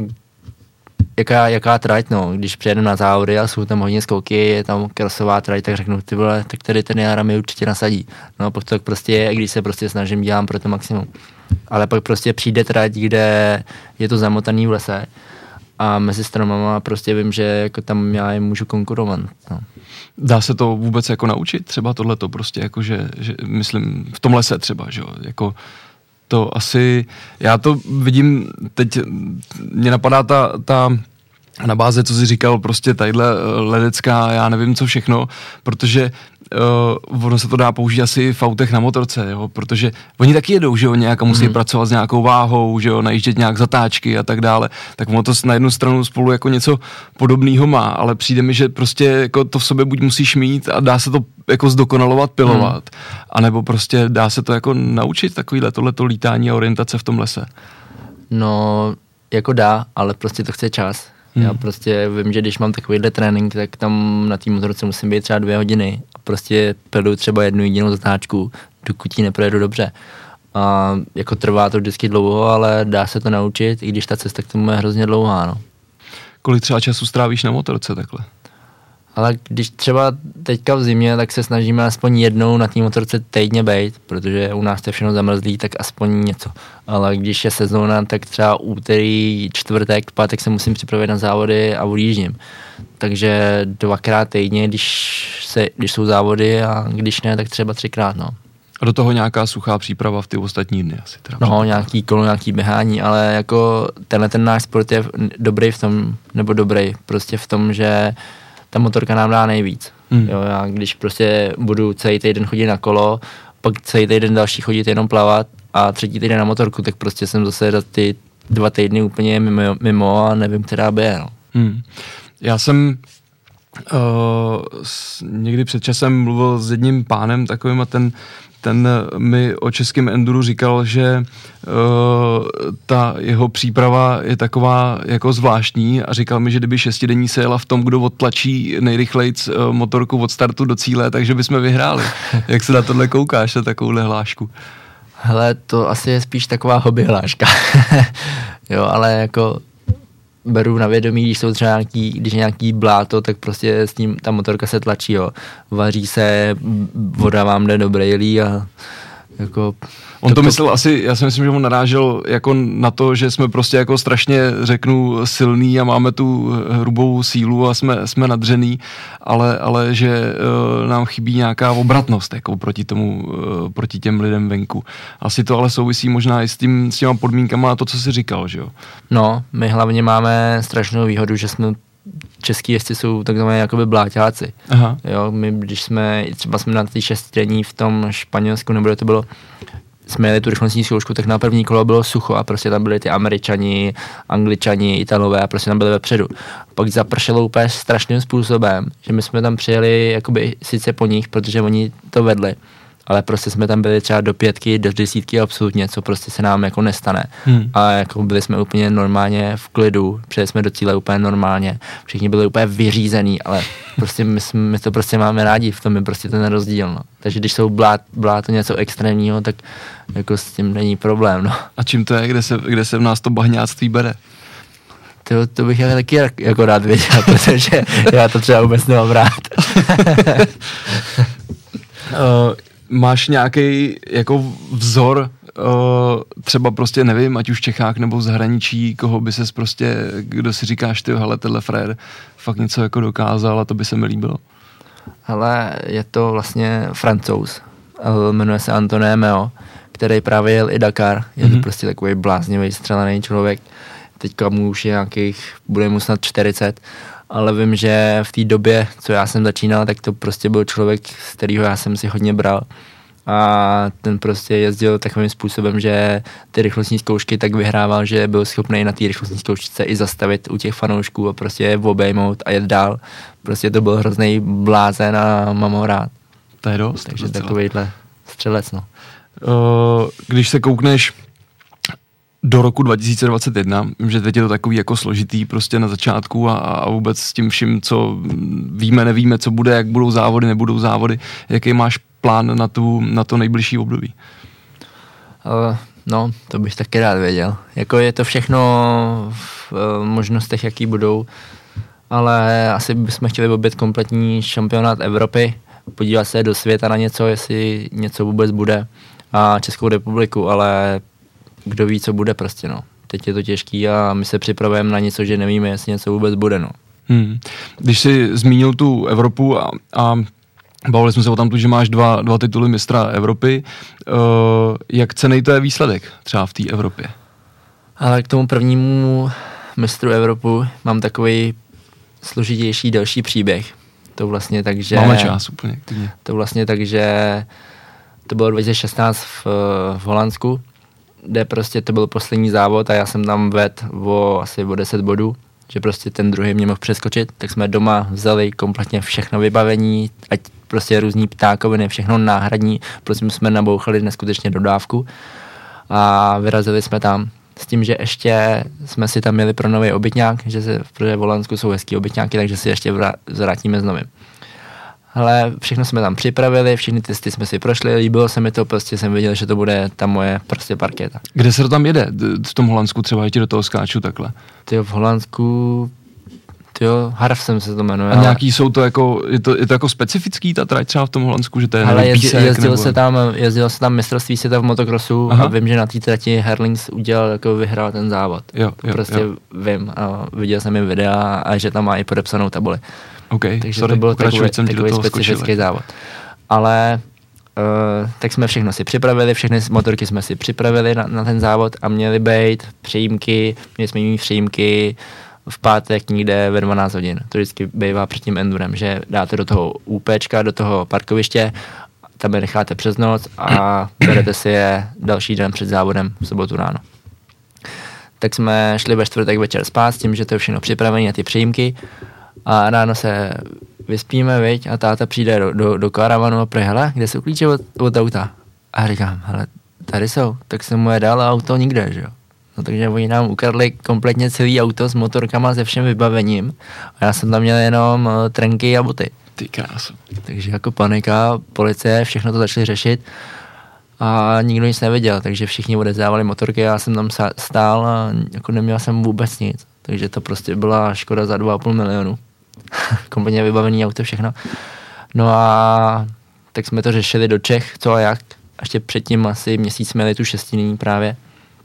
S1: jaká, jaká trať, no, když přijedeme na závody a jsou tam hodně skouky, je tam krasová trať, tak řeknu, ty vole, tak tady ten Jára mi určitě nasadí. No, pak to tak prostě je, když se prostě snažím, dělám pro to maximum. Ale pak prostě přijde trať, kde je to zamotaný v lese a mezi stromama prostě vím, že jako tam já jim můžu konkurovat. No.
S2: Dá se to vůbec jako naučit? Třeba tohleto prostě jako, že, že myslím v tom lese třeba, že jo, jako to asi, já to vidím, teď mě napadá ta, ta na báze, co jsi říkal, prostě tadyhle ledecká, já nevím co všechno, protože uh, ono se to dá použít asi v autech na motorce, jo, protože oni taky jedou, že jo, nějak a musí mm. pracovat s nějakou váhou, že jo, najíždět nějak zatáčky a tak dále, tak ono to na jednu stranu spolu jako něco podobného má, ale přijde mi, že prostě jako to v sobě buď musíš mít a dá se to jako zdokonalovat, pilovat, mm. anebo prostě dá se to jako naučit takovýhle tohleto lítání a orientace v tom lese.
S1: No, jako dá, ale prostě to chce čas. Hmm. Já prostě vím, že když mám takovýhle trénink, tak tam na té motorce musím být třeba dvě hodiny a prostě projedu třeba jednu jedinou zatáčku, dokud ji neprojedu dobře. A jako trvá to vždycky dlouho, ale dá se to naučit, i když ta cesta k tomu je hrozně dlouhá, no.
S2: Kolik třeba času strávíš na motorce takhle?
S1: Ale když třeba teďka v zimě, tak se snažíme aspoň jednou na té motorce týdně bejt, protože u nás to je všechno zamrzlý, tak aspoň něco. Ale když je sezóna, tak třeba úterý, čtvrtek, pátek se musím připravit na závody a odjíždím. Takže dvakrát týdně, když, se, když jsou závody a když ne, tak třeba třikrát, no.
S2: A do toho nějaká suchá příprava v ty ostatní dny asi teda.
S1: No, nějaký kolo, nějaký běhání, ale jako tenhle ten náš sport je dobrý v tom, nebo dobrý, prostě v tom, že ta motorka nám dá nejvíc. Hmm. Jo, já když prostě budu celý týden chodit na kolo, pak celý týden další chodit jenom plavat a třetí týden na motorku, tak prostě jsem zase za ty dva týdny úplně mimo, mimo a nevím, která by je. No.
S2: Hmm. Já jsem uh, s, někdy před časem mluvil s jedním pánem takovým a ten ten mi o českém enduru říkal, že uh, ta jeho příprava je taková jako zvláštní a říkal mi, že kdyby šestidenní se jela v tom, kdo odtlačí nejrychlejc uh, motorku od startu do cíle, takže bychom vyhráli. Jak se na tohle koukáš, na takovouhle hlášku?
S1: Hele, to asi je spíš taková hobby hláška. Jo, ale jako beru na vědomí, když jsou třeba nějaký, když je nějaký bláto, tak prostě s tím ta motorka se tlačí, jo. Vaří se, voda vám jde do brejlí a jako...
S2: On to, to myslel asi, já si myslím, že on narážel jako na to, že jsme prostě jako strašně, řeknu, silný a máme tu hrubou sílu a jsme, jsme nadřený, ale, ale že uh, nám chybí nějaká obratnost jako proti tomu, uh, proti těm lidem venku. Asi to ale souvisí možná i s, tím, s těma podmínkama a to, co jsi říkal, že jo?
S1: No, my hlavně máme strašnou výhodu, že jsme český jezdci jsou takzvané jakoby bláťáci. Aha. Jo, my když jsme, třeba jsme na té šestidenní v tom Španělsku, nebo to bylo, jsme jeli tu rychlostní zkoušku, tak na první kolo bylo sucho a prostě tam byli ty Američani, Angličani, Italové a prostě tam byli vepředu. Pak zapršelo úplně strašným způsobem, že my jsme tam přijeli jakoby sice po nich, protože oni to vedli, ale prostě jsme tam byli třeba do pětky, do desítky absolutně, co prostě se nám jako nestane.
S2: Hmm.
S1: A jako byli jsme úplně normálně v klidu, přijeli jsme do cíle úplně normálně, všichni byli úplně vyřízený, ale prostě my, jsme, my to prostě máme rádi, v tom je prostě ten rozdíl, no. Takže když jsou blát, blát to něco extrémního, tak jako s tím není problém, no.
S2: A čím to je, kde se, kde se v nás to bahňáctví bere?
S1: To, to bych já taky jako rád věděl, protože já to třeba vůbec nemám rád.
S2: uh, máš nějaký jako vzor, uh, třeba prostě nevím, ať už v Čechách nebo v zahraničí, koho by ses prostě, kdo si říkáš, ty hele, tenhle frér fakt něco jako dokázal a to by se mi líbilo?
S1: Hele, je to vlastně Francouz, jmenuje se Antoine Meo, který právě jel i Dakar, je to mm-hmm. prostě takový bláznivý, střelený člověk. Teďka mu už je nějakých, bude mu snad čtyřicet, ale vím, že v té době, co já jsem začínal, tak to prostě byl člověk, z kterého já jsem si hodně bral. A ten prostě jezdil takovým způsobem, že ty rychlostní zkoušky tak vyhrával, že byl schopný na té rychlostní zkoušce i zastavit u těch fanoušků a prostě je obejmout a jet dál. Prostě to byl hrozný blázen a mám ho rád.
S2: To je dost.
S1: Takže takovejhle střelec, no.
S2: Uh, když se koukneš do roku dva tisíce dvacet jedna, vím, že teď je to takový jako složitý prostě na začátku a, a vůbec s tím vším, co víme, nevíme, co bude, jak budou závody, nebudou závody, jaký máš plán na, tu, na to nejbližší období?
S1: Uh, no, to bych taky rád věděl. Jako je to všechno v uh, možnostech, jaký budou, ale asi bychom chtěli objet kompletní šampionát Evropy, podívat se do světa na něco, jestli něco vůbec bude, a Českou republiku, ale kdo ví, co bude prostě, no. Teď je to těžký a my se připravujeme na něco, že nevíme, jestli něco vůbec bude, no.
S2: Hmm. Když jsi zmínil tu Evropu a, a bavili jsme se o tom, že máš dva, dva tituly mistra Evropy, uh, jak cenný to je výsledek třeba v té Evropě?
S1: Ale k tomu prvnímu mistru Evropu mám takový složitější, další příběh. To vlastně tak, že...
S2: Máme čas úplně. Klidně.
S1: To vlastně tak, že to bylo dva tisíce šestnáct v, v Holandsku, kde prostě to byl poslední závod a já jsem tam vedl o asi o deset bodů, že prostě ten druhý mě mohl přeskočit, tak jsme doma vzali kompletně všechno vybavení, ať prostě různý ptákoviny, všechno náhradní, prostě jsme nabouchali neskutečně dodávku a vyrazili jsme tam s tím, že ještě jsme si tam měli pro nový obytňák, že se, protože v Holandsku jsou hezký obytňáky, takže si ještě vrátíme s novým. Ale všechno jsme tam připravili, všechny testy jsme si prošli, líbilo se mi to, prostě jsem viděl, že to bude ta moje prostě parketa.
S2: Kde se to tam jede? V tom Holandsku třeba, já ti do toho skáču takhle.
S1: Tyjo, v Holandsku, tyjo, Harfsem se to jmenuje.
S2: A nějaký jsou to jako, je to, je to jako specifický ta trať třeba v tom Holandsku, že to je
S1: ale
S2: nevím, písek,
S1: jezdil,
S2: nebo...
S1: se tam, jezdil se tam mistrovství světa v motokrosu. Aha. A vím, že na té trati Herlings udělal, jako vyhrál ten závod.
S2: Jo,
S1: to
S2: jo,
S1: prostě
S2: jo.
S1: vím a viděl jsem jim videa a že tam má i podepsanou tabuli.
S2: Okay,
S1: takže
S2: sorry,
S1: to byl takový, takový specifický
S2: skočili.
S1: závod. Ale uh, tak jsme všechno si připravili, všechny motorky jsme si připravili na, na ten závod a měly být přejímky, měli jsme mít přejímky v pátek někde ve dvanáct hodin. To vždycky bývá před tím endurem, že dáte do toho úpéčka, do toho parkoviště, tam je necháte přes noc a berete si je další den před závodem v sobotu ráno. Tak jsme šli ve čtvrtek večer spát s tím, že to je všechno připravené na ty přejímky. A ráno se vyspíme, viď, a táta přijde do, do, do karavanu a prej, hele, kde jsou klíče od, od auta? A říkám, hele, tady jsou, tak jsem mu je dal a auto nikde, že jo. No takže oni nám ukradli kompletně celý auto s motorkama, se všem vybavením a já jsem tam měl jenom uh, trenky a boty.
S2: Ty krásu.
S1: Takže jako panika, policie, všechno to začali řešit a nikdo nic nevěděl, takže všichni odevzdávali motorky a já jsem tam stál a jako neměl jsem vůbec nic. Takže to prostě byla škoda za dva a půl milionu. Kompletně vybavený auto, všechno. No a tak jsme to řešili do Čech, co a jak. Ještě předtím asi měsíc měli tu šestinění právě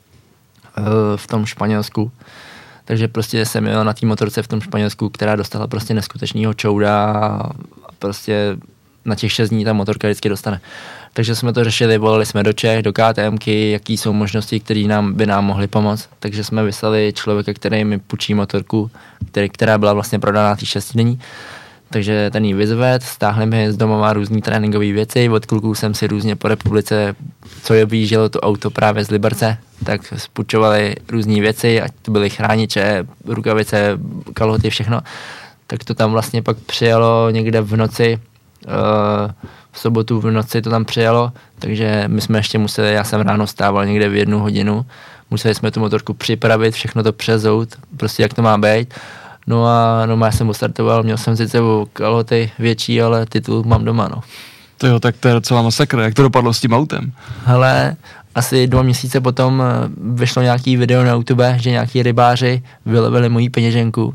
S1: v tom Španělsku. Takže prostě jsem jel na té motorce v tom Španělsku, která dostala prostě neskutečného čouda a prostě na těch šest dní ta motorka vždycky dostane. Takže jsme to řešili, volali jsme do Čech, do KTMky, jaký jsou možnosti, které nám by nám mohly pomoct. Takže jsme vyslali člověka, který mi půjčí motorku, který, která byla vlastně prodána tý šestidenní. Takže ten jí vyzved, stáhli mi z domova různý tréninkové věci, od kluků jsem si různě po republice, co je vyjíždělo to auto právě z Liberce, tak spůjčovali různé věci, ať to byly chrániče, rukavice, kalhoty, všechno. Tak to tam vlastně pak přijelo někde v noci, uh, v sobotu v noci to tam přijelo, takže my jsme ještě museli, já jsem ráno stával někde v jednu hodinu, museli jsme tu motorku připravit, všechno to přezout, prostě jak to má být. No a no, já jsem ostartoval, měl jsem sice kalhoty větší, ale titul mám doma, no.
S2: To jo, tak to je docela masakr. Jak to dopadlo s tím autem?
S1: Hele, asi dva měsíce potom vyšlo nějaký video na YouTube, že nějaký rybáři vylevili moji peněženku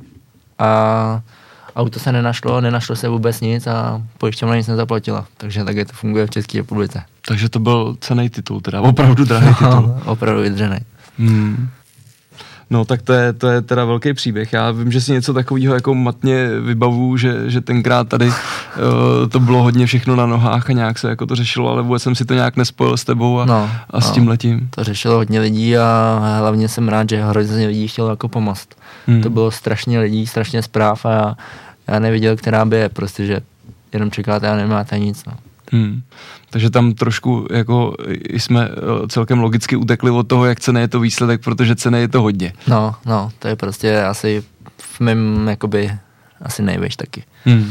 S1: a auto se nenašlo, nenašlo se vůbec nic a pojišťovna nic nezaplatila. Takže takhle to funguje v České republice.
S2: Takže to byl cenný titul, teda opravdu drahý titul.
S1: No, opravdu vydřený.
S2: Hmm. No tak to je, to je teda velký příběh. Já vím, že si něco takového jako matně vybavu, že, že tenkrát tady uh, to bylo hodně všechno na nohách a nějak se jako to řešilo, ale vůbec jsem si to nějak nespojil s tebou a,
S1: no,
S2: a s
S1: no,
S2: tímhletím.
S1: To řešilo hodně lidí a hlavně jsem rád, že hrozně lidí chtělo jako pomoct. Hmm. To bylo strašně lidí, strašně zpráv a já, já neviděl, která by je, prostě, že jenom čekáte a nemáte nic. No.
S2: Hmm. Takže tam trošku jako jsme celkem logicky utekli od toho, jak cenný je to výsledek, protože cenný je to hodně.
S1: No, no, to je prostě asi v mém jakoby asi nejvíc taky.
S2: Hmm.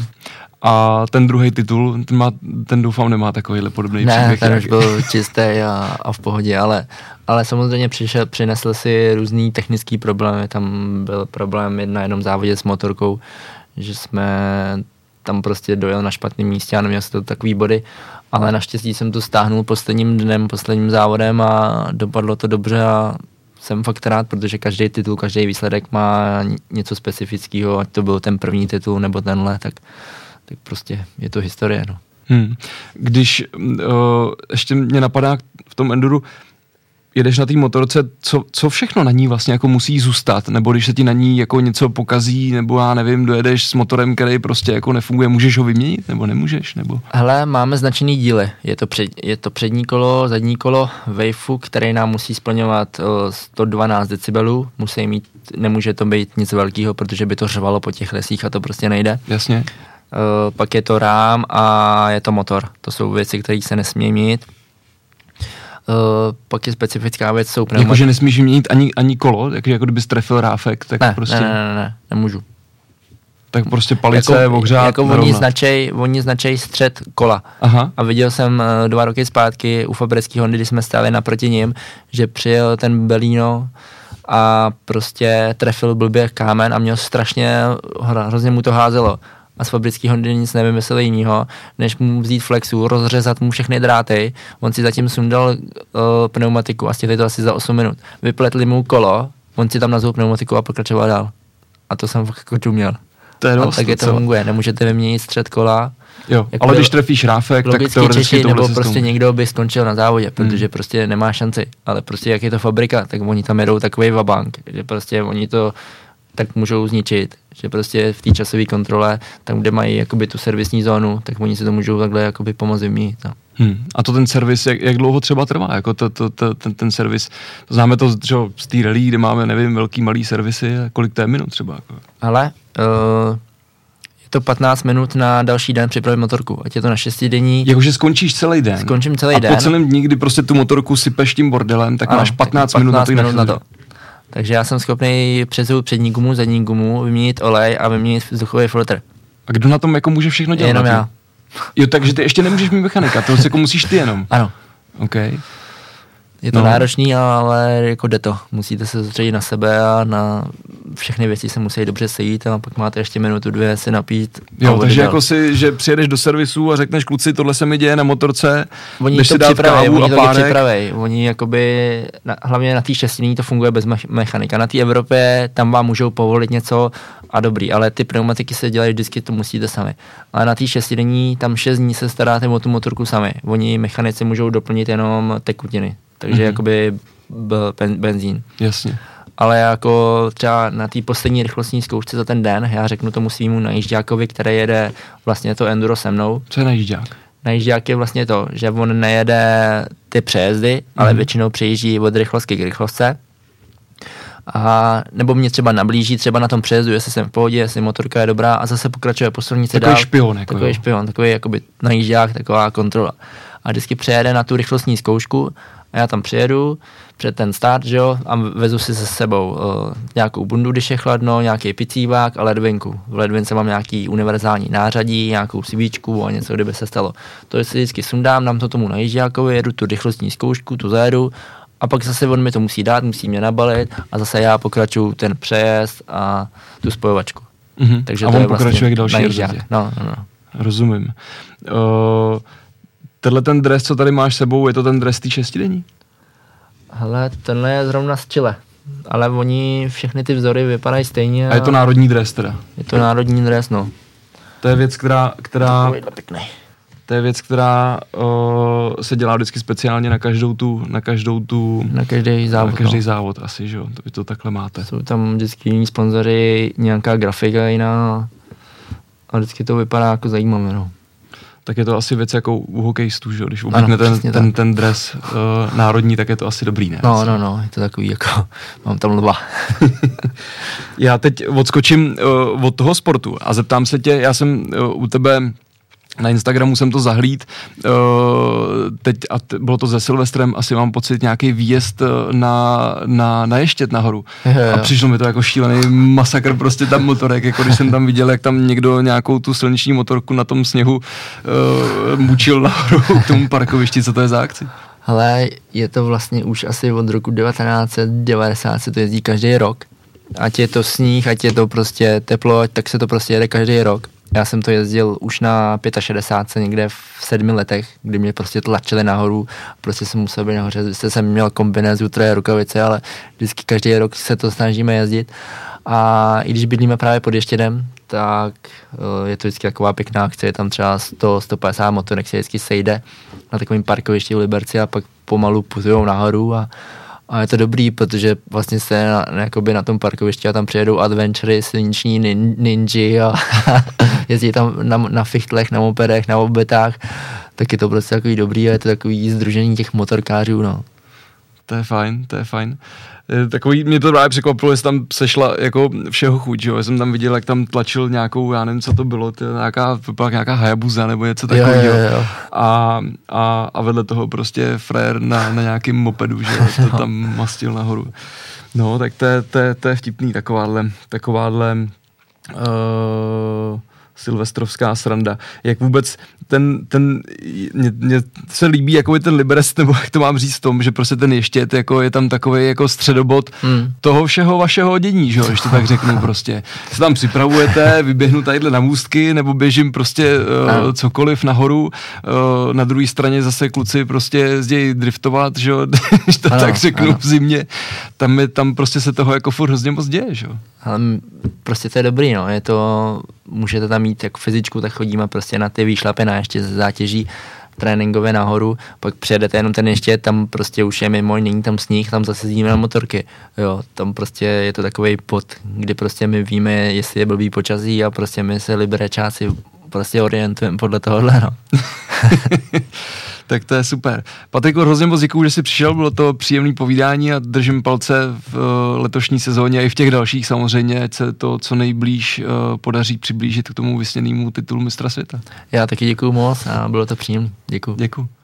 S2: A ten druhý titul, ten, má, ten doufám nemá takovýhle podobný
S1: ne,
S2: příběh.
S1: Ne, ten už byl čistý a, a v pohodě, ale, ale samozřejmě přišel, přinesl si různý technický problémy, tam byl problém na jednom závodě s motorkou, že jsme tam prostě dojel na špatném místě a neměl jsem to takový body, ale naštěstí jsem to stáhnul posledním dnem, posledním závodem a dopadlo to dobře a jsem fakt rád, protože každý titul, každý výsledek má něco specifického, ať to byl ten první titul nebo tenhle, tak, tak prostě je to historie. No.
S2: Hmm. Když uh, ještě mě napadá v tom enduru, jedeš na té motorce, co, co všechno na ní vlastně jako musí zůstat, nebo když se ti na ní jako něco pokazí, nebo já nevím, dojedeš s motorem, který prostě jako nefunguje, můžeš ho vyměnit, nebo nemůžeš, nebo?
S1: Hele, máme značený díly, je to, před, je to přední kolo, zadní kolo Waveu, který nám musí splňovat o, sto dvanáct decibelů, musí mít, nemůže to být nic velkého, protože by to řvalo po těch lesích a to prostě nejde.
S2: Jasně.
S1: O, pak je to rám a je to motor, to jsou věci, které se nesmí mít. Uh, pak je specifická věc, jsou pneumatiky.
S2: Jakože nesmíš měnit ani, ani kolo, jako, jako kdybys trefil ráfek, tak
S1: ne,
S2: prostě...
S1: Ne, ne, ne, ne, nemůžu.
S2: Tak prostě palice,
S1: jako,
S2: ohřát,
S1: jako oni značej, oni značej střed kola. Aha. A viděl jsem uh, dva roky zpátky u fabrický Hondy, kdy jsme stáli naproti ním, že přijel ten Belino a prostě trefil blbě kámen a měl strašně, hrozně mu to házelo. A z fabrický Hondy nic nevymysleli jinýho, než mu vzít flexu, rozřezat mu všechny dráty, on si zatím sundal uh, pneumatiku a stihli to asi za osm minut. Vypletli mu kolo, on si tam nazval pneumatiku a pokračoval dál. A to jsem fakt jako čuměl.
S2: To je dost,
S1: a tak to funguje, nemůžete vyměnit střed kola.
S2: Jo, jako ale když trefíš ráfek, tak teoreticky
S1: to nebo prostě někdo by skončil na závodě, protože hmm. prostě nemá šanci. Ale prostě jak je to fabrika, tak oni tam jedou takový vabank, že prostě oni to tak můžou zničit, že prostě v té časové kontrole, tam, kde mají jakoby tu servisní zónu, tak oni si to můžou takhle jakoby pomoct vyměnit. No.
S2: Hmm. A to ten servis, jak, jak dlouho třeba trvá? Jako to, to, to, ten, ten servis, to známe to že, z té rally, kde máme, nevím, velký, malý servisy, kolik to je minut třeba? Jako?
S1: Ale uh, je to patnáct minut na další den připravit motorku, ať je to na šestidenní.
S2: Jakože skončíš celý den?
S1: Skončím celý
S2: a
S1: den.
S2: A po celém dní, kdy prostě tu motorku sypeš tím bordelem, tak ano, máš patnáct, patnáct minut, na to,
S1: minut na to. Takže já jsem schopný přezout přední gumu, zadní gumu, vyměnit olej a vyměnit vzduchový filtr.
S2: A kdo na tom jako může všechno dělat?
S1: Jenom já.
S2: Jo, takže ty ještě nemůžeš mít mechanika, to jako musíš ty jenom.
S1: Ano.
S2: OK.
S1: Je to no. náročný, ale jako jde to. Musíte se soustředit na sebe a na všechny věci se musí dobře sejít a pak máte ještě minutu, dvě si napít.
S2: Jo, takže dál. Jako si, že přijedeš do servisu a řekneš kluci, tohle se mi děje na motorce,
S1: oni
S2: jdeš
S1: to
S2: si dát kávu
S1: oni
S2: a párek.
S1: Připraví. Oni jakoby, na, hlavně na té šestidenní to funguje bez me- mechanika. Na té Evropě tam vám můžou povolit něco a dobrý, ale ty pneumatiky se dělají vždycky, to musíte sami. Ale na té šestidenní tam šest dní se staráte o tu motorku sami. Oni mechanici můžou doplnit jenom tekutiny. Takže mm-hmm. jakoby ben, benzín.
S2: Jasně.
S1: Ale jako třeba na té poslední rychlostní zkoušce za ten den, já řeknu tomu svýmu najížďákovi, který jede vlastně to enduro se mnou.
S2: Co je najížďák?
S1: Najížďák je vlastně to, že on nejede ty přejezdy, mm-hmm. ale většinou přejíždí od rychlostky k rychlostce. A nebo mě třeba nablíží třeba na tom přejezdu, jestli jsem v pohodě, jestli motorka je dobrá a zase pokračuje po silnici dál.
S2: Takový špion. Jako
S1: takový
S2: jo.
S1: špion, takový jakoby najížďák, taková kontrola. A vždycky přejede na tu rychlostní zkoušku A já tam přijedu před ten start, že jo, a vezu si se sebou uh, nějakou bundu, když je chladno, nějaký picívák a ledvinku. V ledvince mám nějaký univerzální nářadí, nějakou svíčku a něco, kdyby se stalo. To si vždycky sundám, dám to tomu najížďákovi, jedu tu rychlostní zkoušku, tu zajedu a pak zase on mi to musí dát, musí mě nabalit a zase já pokračuju ten přejezd a tu spojovačku.
S2: Mm-hmm.
S1: Takže
S2: a
S1: to
S2: on
S1: je
S2: pokračuje
S1: vlastně
S2: k další
S1: najížďák. No, no, no.
S2: Rozumím. Uh, tenhle ten dres, co tady máš sebou, je to ten dres tý šestidenní?
S1: Hele, tenhle je zrovna z Chile, ale oni všechny ty vzory vypadají stejně.
S2: A je to národní dres teda?
S1: Je to národní dres, no.
S2: To je věc, která, která,
S1: Pěkný.
S2: to je věc, která uh, se dělá vždycky speciálně na každou tu, na každou tu,
S1: Na každý závod.
S2: na každý
S1: no.
S2: závod asi, že jo, to, vy to takhle máte.
S1: Jsou tam vždycky jiní sponzory, nějaká grafika jiná a vždycky to vypadá jako zajímavé, no.
S2: Tak je to asi věc jako u hokejistů, že jo, když
S1: Ano,
S2: oblíkne ten,
S1: přesně
S2: ten,
S1: tak.
S2: ten dres uh, národní, tak je to asi dobrý, ne?
S1: No, no, no, je to takový jako, mám tam lva.
S2: Já teď odskočím uh, od toho sportu a zeptám se tě, já jsem uh, u tebe na Instagramu jsem to zahlíd, uh, teď, a t- bylo to se Silvestrem, asi mám pocit nějaký výjezd na, na, na Ještěd nahoru.
S1: Jo, jo.
S2: A přišlo mi to jako šílený masakr, prostě tam motorek, jako když jsem tam viděl, jak tam někdo nějakou tu silniční motorku na tom sněhu uh, mučil nahoru k tomu parkovišti, co to je za akci?
S1: Hele, je to vlastně už asi od roku devatenáct set devadesát se to jezdí každý rok. Ať je to sníh, ať je to prostě teplo, tak se to prostě jede každý rok. Já jsem to jezdil už na šedesát pět někde v sedmi letech, kdy mě prostě tlačili nahoru, prostě jsem musel být nahoře, zase jsem měl kombinézu, troje rukavice, ale vždycky každý rok se to snažíme jezdit. A i když bydlíme právě pod Ještědem, tak je to vždycky taková pěkná akce, je tam třeba sto až sto padesát motorek se vždycky sejde na takovém parkovišti v Liberci a pak pomalu putujou nahoru a A je to dobrý, protože vlastně se na, na, na tom parkovišti a tam přijedou adventury, silniční nin, ninji a jezdí tam na, na fichtlech, na mopedech, na obetách, tak je to prostě takový dobrý a je to takový sdružení těch motorkářů, no.
S2: To je fajn, to je fajn. Takový, mě to právě překvapilo, jestli tam sešla jako všeho chuť, že jo. Já jsem tam viděl, jak tam tlačil nějakou, já nevím, co to bylo, to nějaká, nějaká Hayabusa nebo něco takového.
S1: Jo, jo, jo.
S2: A, a, a vedle toho prostě frér na, na nějakým mopedu, že jo, to tam mastil nahoru. No, tak to je, to je, to je vtipný, takováhle, takováhle uh, silvestrovská sranda. Jak vůbec ten, ten mě, mě se líbí, jako je ten Liberec, nebo jak to mám říct v tom, že prostě ten Ještěd, jako je tam takový jako středobod hmm. toho všeho vašeho dění, že jo, když to tak řeknu prostě. Se tam připravujete, vyběhnu tadyhle na můstky, nebo běžím prostě uh, cokoliv nahoru, uh, na druhé straně zase kluci prostě jezdí driftovat, že jo, když to ano, tak řeknu ano. v zimě. Tam, je, tam prostě se toho jako furt hrozně moc děje, že jo.
S1: Ale prostě to je dobrý, no, je to, můžete tam mít jako fyzičku, tak chodíme prostě na ty výšlapy na ještě ze zátěží tréninkově nahoru, pak přijedete jenom ten ještě, tam prostě už je mimo, není tam sníh, tam zase jezdíme na motorky, jo, tam prostě je to takovej pod, kdy prostě my víme, jestli je blbý počasí a prostě my se liberečáci prostě orientujeme podle tohohle, no.
S2: Tak to je super. Patriku, hrozně moc děkuju, že jsi přišel, bylo to příjemné povídání a držím palce v uh, letošní sezóně a i v těch dalších samozřejmě, ať se to co nejblíž uh, podaří přiblížit k tomu vysněnému titulu mistra světa.
S1: Já taky děkuju moc a bylo to příjemné. Děkuju.
S2: Děkuju.